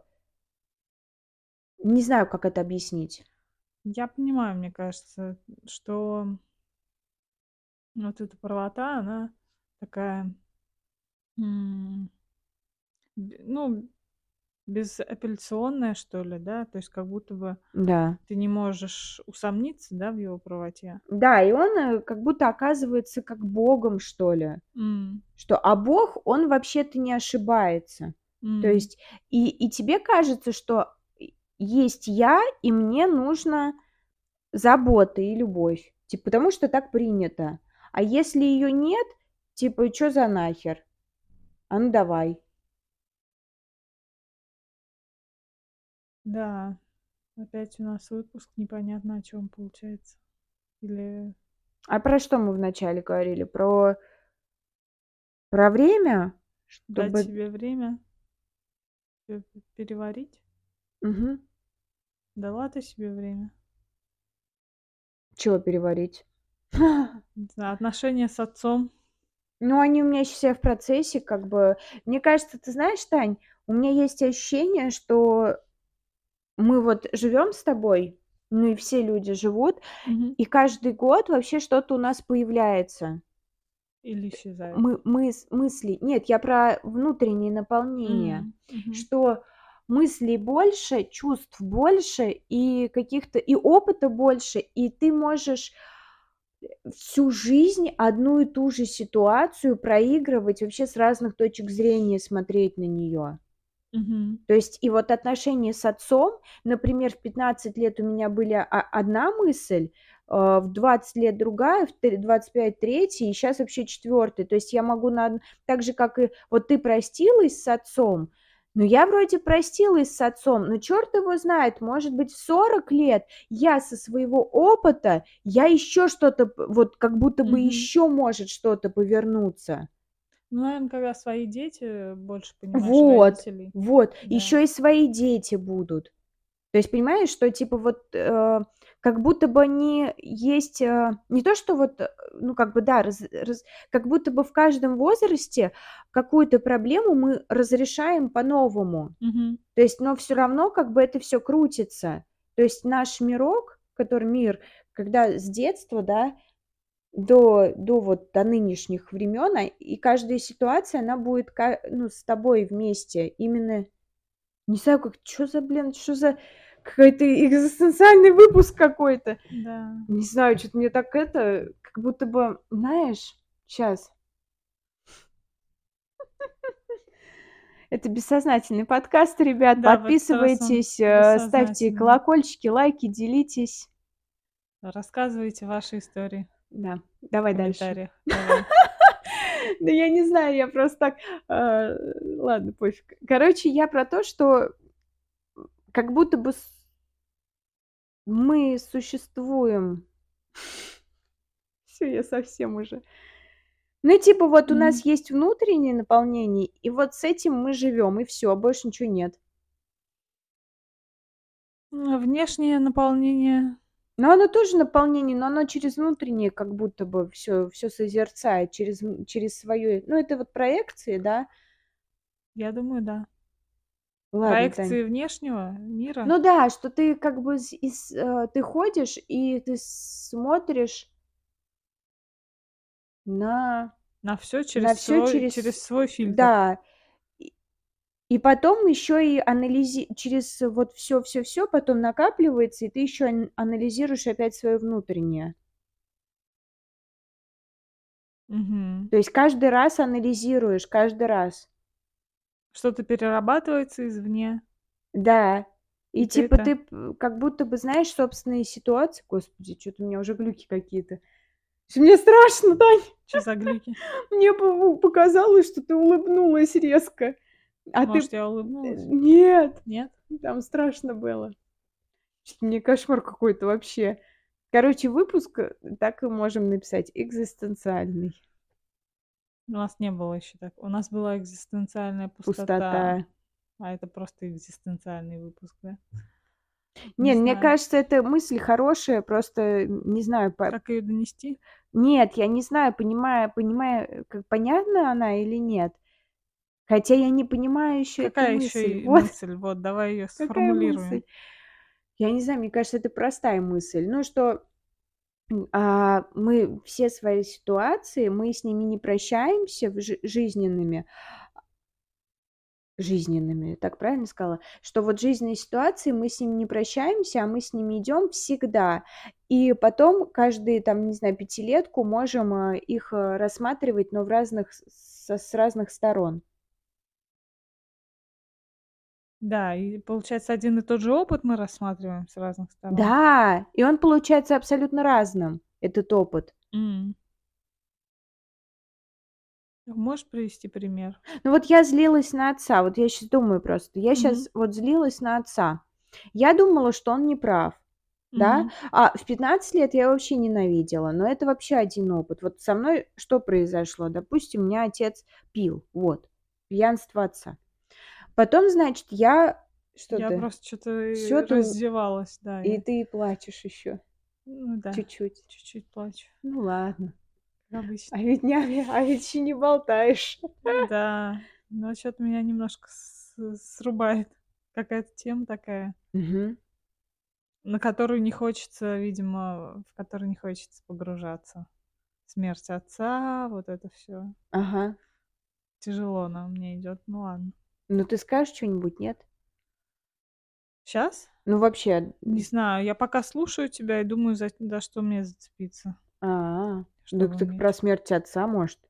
Не знаю, как это объяснить. Я понимаю, мне кажется, что вот эта правота, она такая, м, ну, безапелляционная, что ли, да? То есть как будто бы Да. ты не можешь усомниться, да, в его правоте. Да, и он, как будто оказывается как богом, что ли. М. А Бог, он вообще-то не ошибается. То М. есть и тебе кажется, что есть я, и мне нужно забота и любовь. Типа, потому что так принято. А если ее нет, типа, чё за нахер? А ну давай. Да, опять у нас выпуск, непонятно о чем получается. Или А про что мы вначале говорили? Про время? дать Чтобы себе время переварить? мгм. Дала ты себе время? Чего переварить? Не знаю, отношения с отцом? Ну, они у меня еще все в процессе, как бы. Мне кажется, ты знаешь, Тань, у меня есть ощущение, что мы вот живем с тобой, ну и все люди живут, Мгм. и каждый год вообще что-то у нас появляется. Или исчезает? Мысли нет, я про внутреннее наполнение, Мгм. что мыслей больше, чувств больше и каких-то и опыта больше, и ты можешь всю жизнь одну и ту же ситуацию проигрывать, вообще с разных точек зрения смотреть на нее. Мгм. То есть и вот отношения с отцом, например, в 15 лет у меня были одна мысль, в 20 лет другая, 25 третья, и сейчас вообще четвертая. То есть я могу так же, как и вот ты простилась с отцом, но я вроде простилась с отцом, но черт его знает, может быть, в 40 лет я со своего опыта, я еще что-то, вот как будто бы Мгм. еще может что-то повернуться. Ну, наверно, когда свои дети, больше понимаешь Вот, родителей. вот, Да. еще и свои дети будут. То есть, понимаешь, что типа вот, как будто бы они есть, не то, что вот, ну, как бы, да, как будто бы в каждом возрасте какую-то проблему мы разрешаем по-новому. Мгм. То есть, но все равно как бы это все крутится. То есть наш мирок, который мир, когда с детства, да, до нынешних времен, и каждая ситуация, она будет ну, с тобой вместе. Именно не знаю, чё за, блин, что за какой-то экзистенциальный выпуск какой-то. Да. Не знаю, что то мне так как будто бы, знаешь, сейчас это бессознательный подкаст, ребят. Да, в этот раз он Подписывайтесь, ставьте бессознательный. колокольчики, лайки, делитесь. Рассказывайте ваши истории Да, в давай дальше. комментариях. Давай. Да я не знаю, я просто так, ладно, пофиг. Короче, я про то, что как будто бы мы существуем. Все, я совсем уже. Ну, типа, вот у Мгм. нас есть внутреннее наполнение, и вот с этим мы живем, и все, больше ничего нет. Внешнее наполнение. Но оно тоже наполнение, но оно через внутреннее как будто бы все созерцает, через свою, ну, это вот проекции, да. Я думаю, да. Ладно, Тань. Проекции внешнего мира Ну да, что ты как бы ты ходишь и ты смотришь на на все на все через через свой фильтр. да. И и потом еще и через вот все потом накапливается, и ты еще анализируешь опять свое внутреннее. Мгм. То есть каждый раз анализируешь, каждый раз. Что-то перерабатывается извне, Да. и И ты типа это ты как будто бы знаешь собственные ситуации. Господи, что то у меня уже глюки какие-то. Мне страшно, Тань. что за глюки? Мне показалось, что ты улыбнулась резко. А ты Может, я улыбнулась? нет, Нет? там страшно было. Что-то мне кошмар какой-то вообще. Короче, выпуск, так и можем написать, экзистенциальный. У нас не было еще так. У нас была экзистенциальная пустота, Пустота. а это просто экзистенциальный выпуск, да? Не, Не мне знаю, кажется, эта мысль хорошая, просто не знаю, как ее донести. нет, я не знаю, понимаю, как понятна она или нет. Хотя я не понимаю еще эту Какая мысль. еще и Вот мысль? Вот, давай ее какая мысль. сформулируем. Я не знаю, мне кажется, это простая мысль. Ну, что мы все свои ситуации, мы с ними не прощаемся жизненными, так правильно сказала? Что вот жизненные ситуации, мы с ними не прощаемся, а мы с ними идем всегда. И потом каждые, там, не знаю, пятилетку можем их рассматривать, но с разных сторон. Да, и получается, один и тот же опыт мы рассматриваем с разных сторон. Да, и он получается абсолютно разным, этот опыт. М. Можешь привести пример? Ну вот я злилась на отца, вот я сейчас думаю просто, я Мгм. сейчас вот злилась на отца. Я думала, что он не прав, да. Мгм. А в 15 лет я вообще ненавидела, но это вообще один опыт. Вот со мной что произошло? Допустим, у меня отец пил, вот, пьянство отца. Потом, значит, я что Я ты? просто что-то Всё, раздевалась, да, и я. ты плачешь еще Ну да, чуть-чуть. чуть-чуть плачу, Ну ладно. как обычно. А ведь еще не болтаешь. Да, но что-то меня немножко срубает. Какая-то тема такая, Мгм. на которую не хочется, видимо, в которую не хочется погружаться. Смерть отца, вот это все. Ага. Тяжело она мне идет. Ну ладно. Ну ты скажешь что нибудь нет? Сейчас? Ну вообще, Не знаю, я пока слушаю тебя и думаю, за что мне зацепиться, дак чтобы так про уметь. смерть отца, может?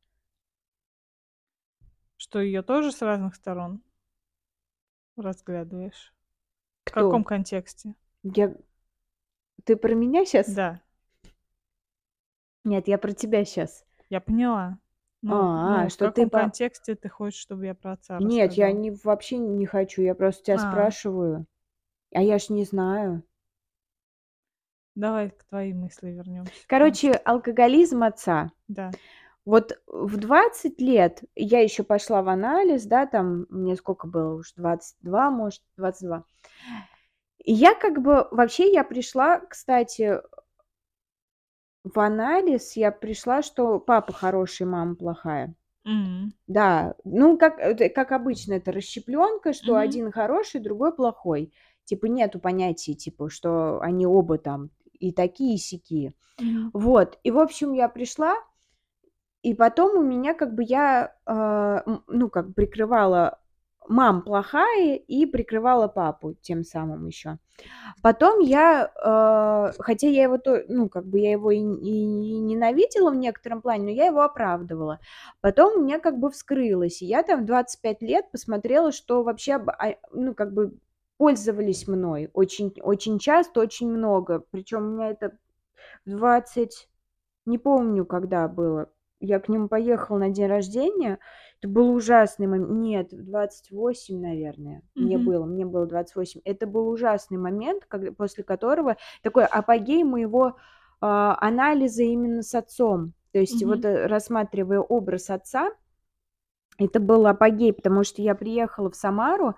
Что ее тоже с разных сторон разглядываешь? В каком Кто? контексте? Я Ты про меня сейчас? Да, Нет, я про тебя сейчас. я поняла. Ну, в Что ты каком по контексте ты хочешь, чтобы я про отца Нет, я рассказала? не вообще не хочу, я просто тебя А, спрашиваю. А я ж не знаю. давай к твоей мысли вернемся Короче, поначалу. алкоголизм отца. Да. Вот в 20 лет я еще пошла в анализ, да, там мне сколько было уж, 22, может, 22. И я как бы вообще я пришла, кстати, в анализ я пришла, что папа хороший, мама плохая. М. Да, ну, как обычно, это расщепленка, что Мгм. один хороший, другой плохой. Типа нету понятия, типа, что они оба там и такие, и сякие. Мгм. Вот, и, в общем, я пришла, и потом у меня как бы ну, как прикрывала мама плохая и прикрывала папу тем самым еще. Потом хотя я его ну, как бы я его и ненавидела в некотором плане, но я его оправдывала. Потом у меня как бы вскрылось, и я там в 25 лет посмотрела, что вообще, ну, как бы пользовались мной очень очень часто, очень много. Причем у меня это в 20, не помню, когда было. Я к нему поехала на день рождения. Это был ужасный момент. Нет, в 28, наверное, Мгм. мне было 28. Это был ужасный момент, после которого такой апогей моего анализа именно с отцом. То есть Мгм. вот рассматривая образ отца, это был апогей, потому что я приехала в Самару,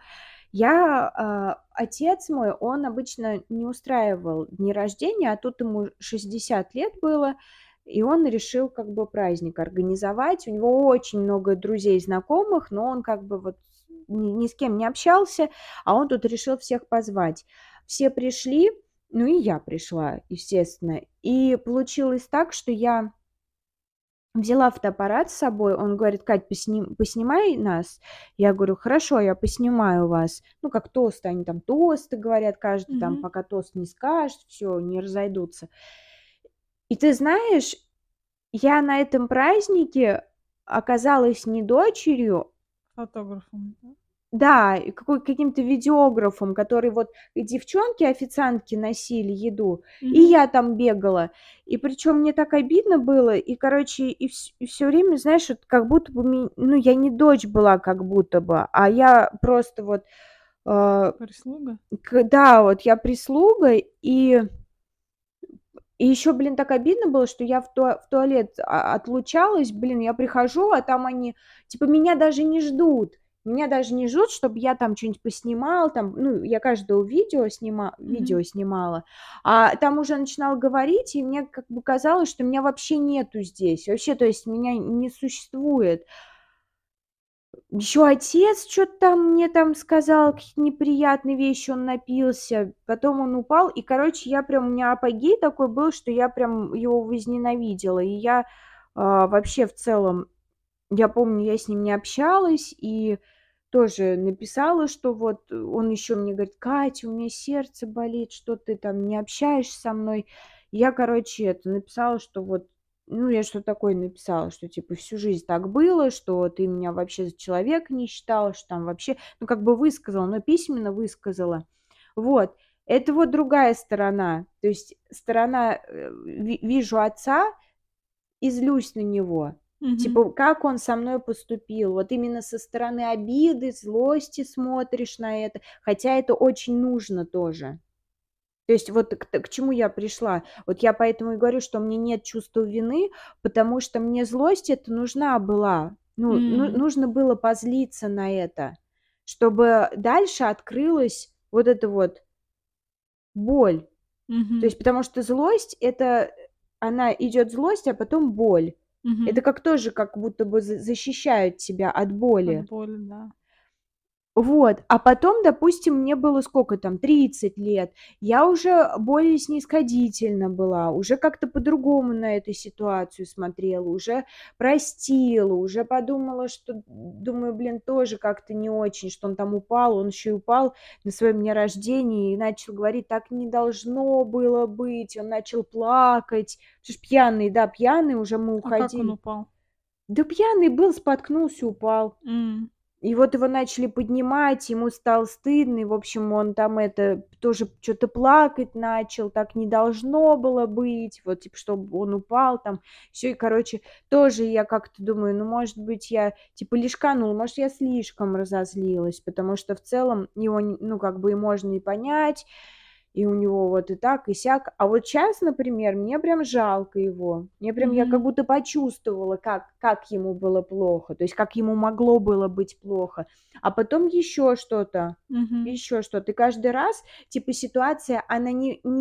отец мой, он обычно не устраивал дни рождения, а тут ему 60 лет было, и он решил как бы праздник организовать. У него очень много друзей, знакомых, но он как бы вот ни с кем не общался, а он тут решил всех позвать. Все пришли, ну и я пришла, естественно. И получилось так, что я взяла фотоаппарат с собой, он говорит: "Кать, поснимай нас". Я говорю: "Хорошо, я поснимаю вас". Ну, как тосты, они там тосты говорят, каждый там, Мгм. пока тост не скажет, все, не разойдутся. И ты знаешь, я на этом празднике оказалась не дочерью, Фотографом, да? да, и каким-то видеографом, который вот девчонки, официантки носили еду, и Мгм. я там бегала. И причем мне так обидно было, и, короче, и все время, знаешь, вот как будто бы, ну, я не дочь была, как будто бы, а я просто вот, э, Прислуга? да, вот я прислуга, и еще, блин, так обидно было, что я в туалет отлучалась, блин, я прихожу, а там они, типа, меня даже не ждут. Меня даже не ждут, чтобы я там что-нибудь поснимала, там, ну, я каждого Мгм. видео снимала, а там уже начинал говорить, и мне как бы казалось, что меня вообще нету здесь, вообще, то есть меня не существует. Еще отец что то там мне там сказал, какие-то неприятные вещи, он напился, потом он упал, и, короче, я прям, у меня апогей такой был, что я прям его возненавидела. И я, вообще в целом, я помню, я с ним не общалась и тоже написала, что вот он еще мне говорит: "Катя, у меня сердце болит, что ты там не общаешься со мной". Я, короче, это написала, что вот, ну, я что такое написала, что типа всю жизнь так было, что ты меня вообще за человека не считала, что там вообще, ну, как бы высказала, но письменно высказала. Вот. Это вот другая сторона. То есть сторона, вижу отца и злюсь на него. Мгм. Типа, как он со мной поступил? Вот именно со стороны обиды, злости смотришь на это, хотя это очень нужно тоже. То есть вот к чему я пришла. Вот я поэтому и говорю, что мне нет чувства вины, потому что мне злость эта нужна была. Ну, М. нужно было позлиться на это, чтобы дальше открылась вот эта вот боль. То Мгм. есть потому что злость — это она идет злость, а потом боль. Это Мгм. как тоже как будто бы защищают тебя от От боли. боли, да. Вот, а потом, допустим, мне было сколько там, 30 лет, я уже более снисходительна была, уже как-то по-другому на эту ситуацию смотрела, уже простила, уже подумала, что, думаю, блин, тоже как-то не очень, что он там упал, он еще и упал на своем дне рождения и начал говорить: "Так не должно было быть", он начал плакать, потому что пьяный, да, пьяный, уже мы А как он уходили. упал? Да пьяный был, споткнулся, упал. М. И вот его начали поднимать, ему стало стыдно, и, в общем, он там это тоже что то плакать начал, так не должно было быть, вот, типа, чтобы он упал там. Все и, короче, тоже я как-то думаю, ну, может быть, я, типа, лишканула, может, я слишком разозлилась, потому что в целом его, ну, как бы и можно и понять, и у него вот и так, и сяк. А вот сейчас, например, мне прям жалко его. Мне прям я как Мгм. будто почувствовала, как ему было плохо, то есть как ему могло было быть плохо. А потом еще что-то, Мгм. еще что-то. И каждый раз, типа, ситуация, она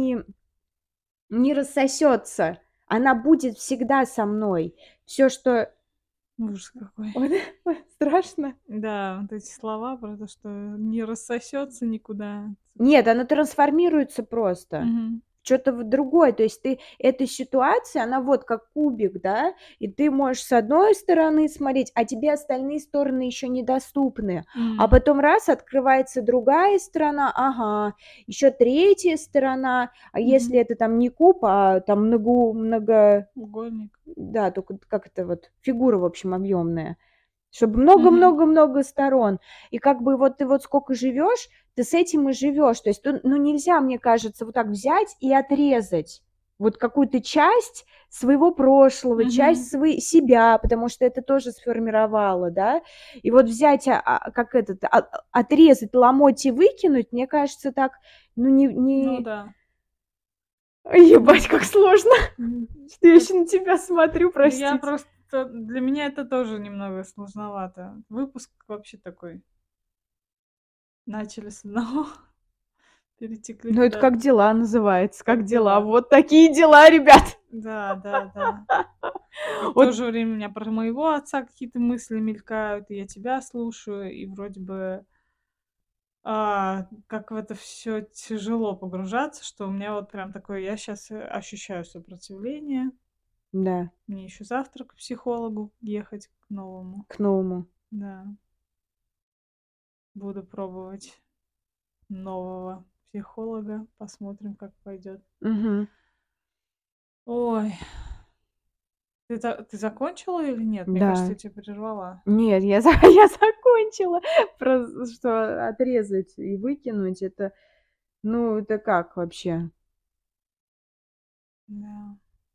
не рассосется, она будет всегда со мной. Все, что Ужас какой. ой, страшно. Да, вот эти слова про то, что не рассосется никуда. Нет, оно трансформируется просто Мгм. в чё-то в другое. То есть ты эта ситуация, она вот как кубик, да, и ты можешь с одной стороны смотреть, а тебе остальные стороны еще недоступны. А М. потом раз, открывается другая сторона, ага, еще третья сторона. А Мгм. если это там не куб, а там Угольник. да, только как это вот, фигура, в общем, объемная. Чтобы Мгм. много-много-много сторон. И как бы вот ты вот сколько живешь, ты с этим и живешь. То есть, ну, нельзя, мне кажется, вот так взять и отрезать вот какую-то часть своего прошлого, часть Мгм. себя, потому что это тоже сформировало, да. И вот взять, как этот, отрезать, ломоть и выкинуть, мне кажется, так, ну, Ну не... да. Ебать, М. как сложно, что я Так, еще на тебя смотрю, ну, я простите. просто для меня это тоже немного сложновато. Выпуск вообще такой. Начали с одного, перетекли Ну, это куда как дела называется, как как дела. дела. Вот такие дела, ребят. Да, да, да. И в то Вот, же время у меня про моего отца какие-то мысли мелькают, и я тебя слушаю, и вроде бы как в это все тяжело погружаться, что у меня вот прям такое, я сейчас ощущаю сопротивление. да, Мне еще завтра к психологу ехать к новому. к новому. Да, буду пробовать нового психолога. Посмотрим, как пойдет. Мгм. Ой, ты закончила или нет? Мне кажется, Да. я тебя прервала. Нет, я закончила. Просто что отрезать и выкинуть — это, ну, это как вообще? Да.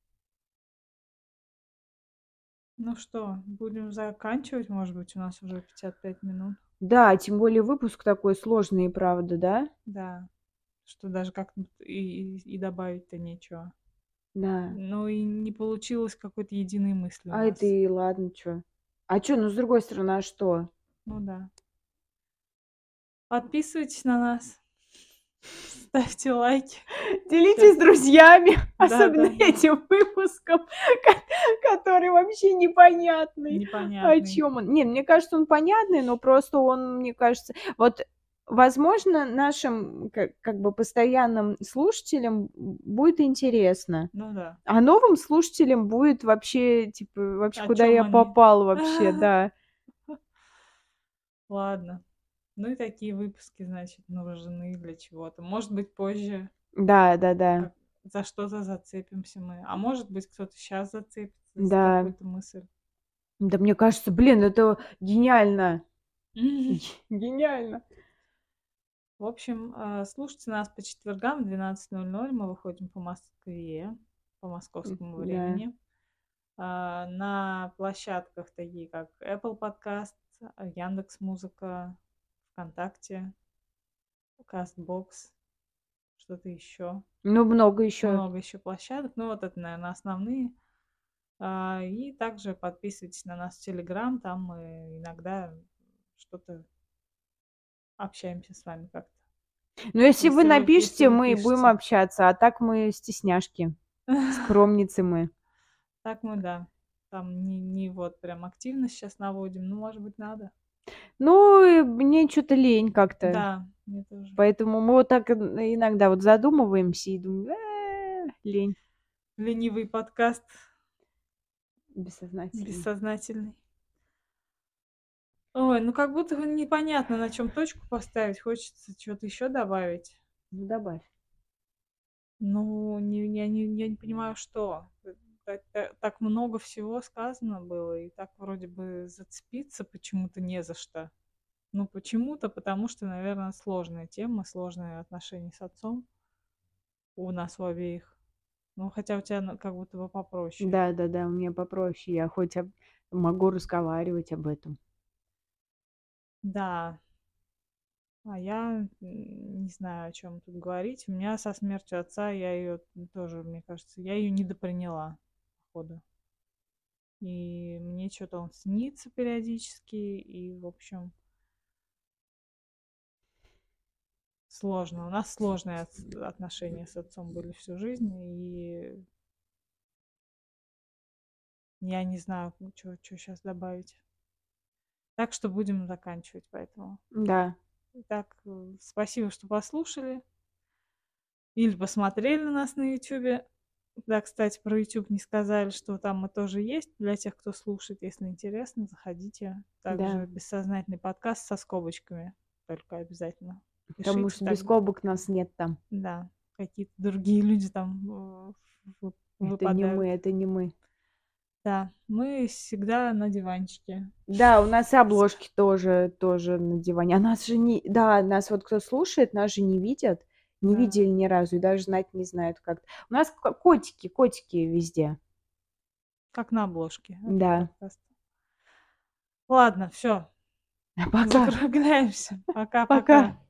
Ну что, будем заканчивать, может быть, у нас уже 55 минут. Да, тем более выпуск такой сложный, правда, да? Да, что даже как-то и добавить-то нечего. Да. Ну и не получилось какой-то единой мысли у А это нас. и ладно, чё. А чё, ну, с другой стороны, а что? Ну да. Подписывайтесь на нас, ставьте лайки. Делитесь Сейчас. с друзьями, особенно Да-да-да. этим выпуском, который вообще непонятный. О Непонятный. чём он? Не, мне кажется, он понятный, но просто он, мне кажется, вот, возможно, нашим как бы постоянным слушателям будет интересно, Ну да. а новым слушателям будет вообще, типа, вообще, О куда чем я они? попал вообще, да. Ладно. Ну и такие выпуски, значит, нужны для чего-то. Может быть, позже Да-да-да. как за что-то зацепимся мы. А может быть, кто-то сейчас зацепится за Да. какую-то мысль. Да, мне кажется, блин, это гениально. Гениально. В общем, слушайте нас по четвергам в 12:00. Мы выходим по Москве, по московскому Да. времени. На площадках такие, как Apple Podcast, Яндекс.Музыка, ВКонтакте, Castbox, что-то еще. Ну, много еще. Много еще площадок. Ну, вот это, наверное, основные. И также подписывайтесь на нас в Телеграм. Там мы иногда что-то общаемся с вами как-то. Но если вы Если напишите, вы мы и будем пишете. общаться, а так мы стесняшки, скромницы мы. Так мы, да. Там не вот прям активность сейчас наводим. Ну, может быть, надо. Ну, и мне что то лень как-то, Да, мне тоже. поэтому мы вот так иногда вот задумываемся и думаем: лень Ленивый подкаст, бессознательно". бессознательный. Ой, ну как будто бы непонятно, на чем точку поставить. Хочется что-то еще добавить. Ну, добавь. Ну, я не понимаю, что. Так много всего сказано было, и так вроде бы зацепиться почему-то не за что. Ну, почему-то, потому что, наверное, сложная тема, сложные отношения с отцом у нас у обеих. Ну, хотя у тебя как будто бы попроще. Да-да-да, у меня попроще, я хоть могу разговаривать об этом. Да, а я не знаю, о чем тут говорить. У меня со смертью отца я ее тоже, мне кажется, я ее недоприняла, походу. И мне что-то он снится периодически, и, в общем, сложно. У нас сложные отношения с отцом были всю жизнь, и я не знаю, что сейчас добавить. Так что будем заканчивать, поэтому. Да. Итак, спасибо, что послушали или посмотрели на нас на Ютубе. Да, кстати, про YouTube не сказали, что там мы тоже есть. Для тех, кто слушает, если интересно, заходите. Да, Также бессознательный подкаст со скобочками. Только обязательно потому пишите что без тогда. скобок нас нет там. Да, какие-то другие люди там Это не выпадают. мы, это не мы. Да, мы всегда на диванчике. Да, у нас и обложки тоже на диване. А нас же не да, нас вот кто слушает, нас же не видят, не Да, видели ни разу и даже знать не знают как. У нас котики везде. как на обложке этого Да. подкаста. Ладно, все, Пока. закругляемся. Пока. Пока-пока.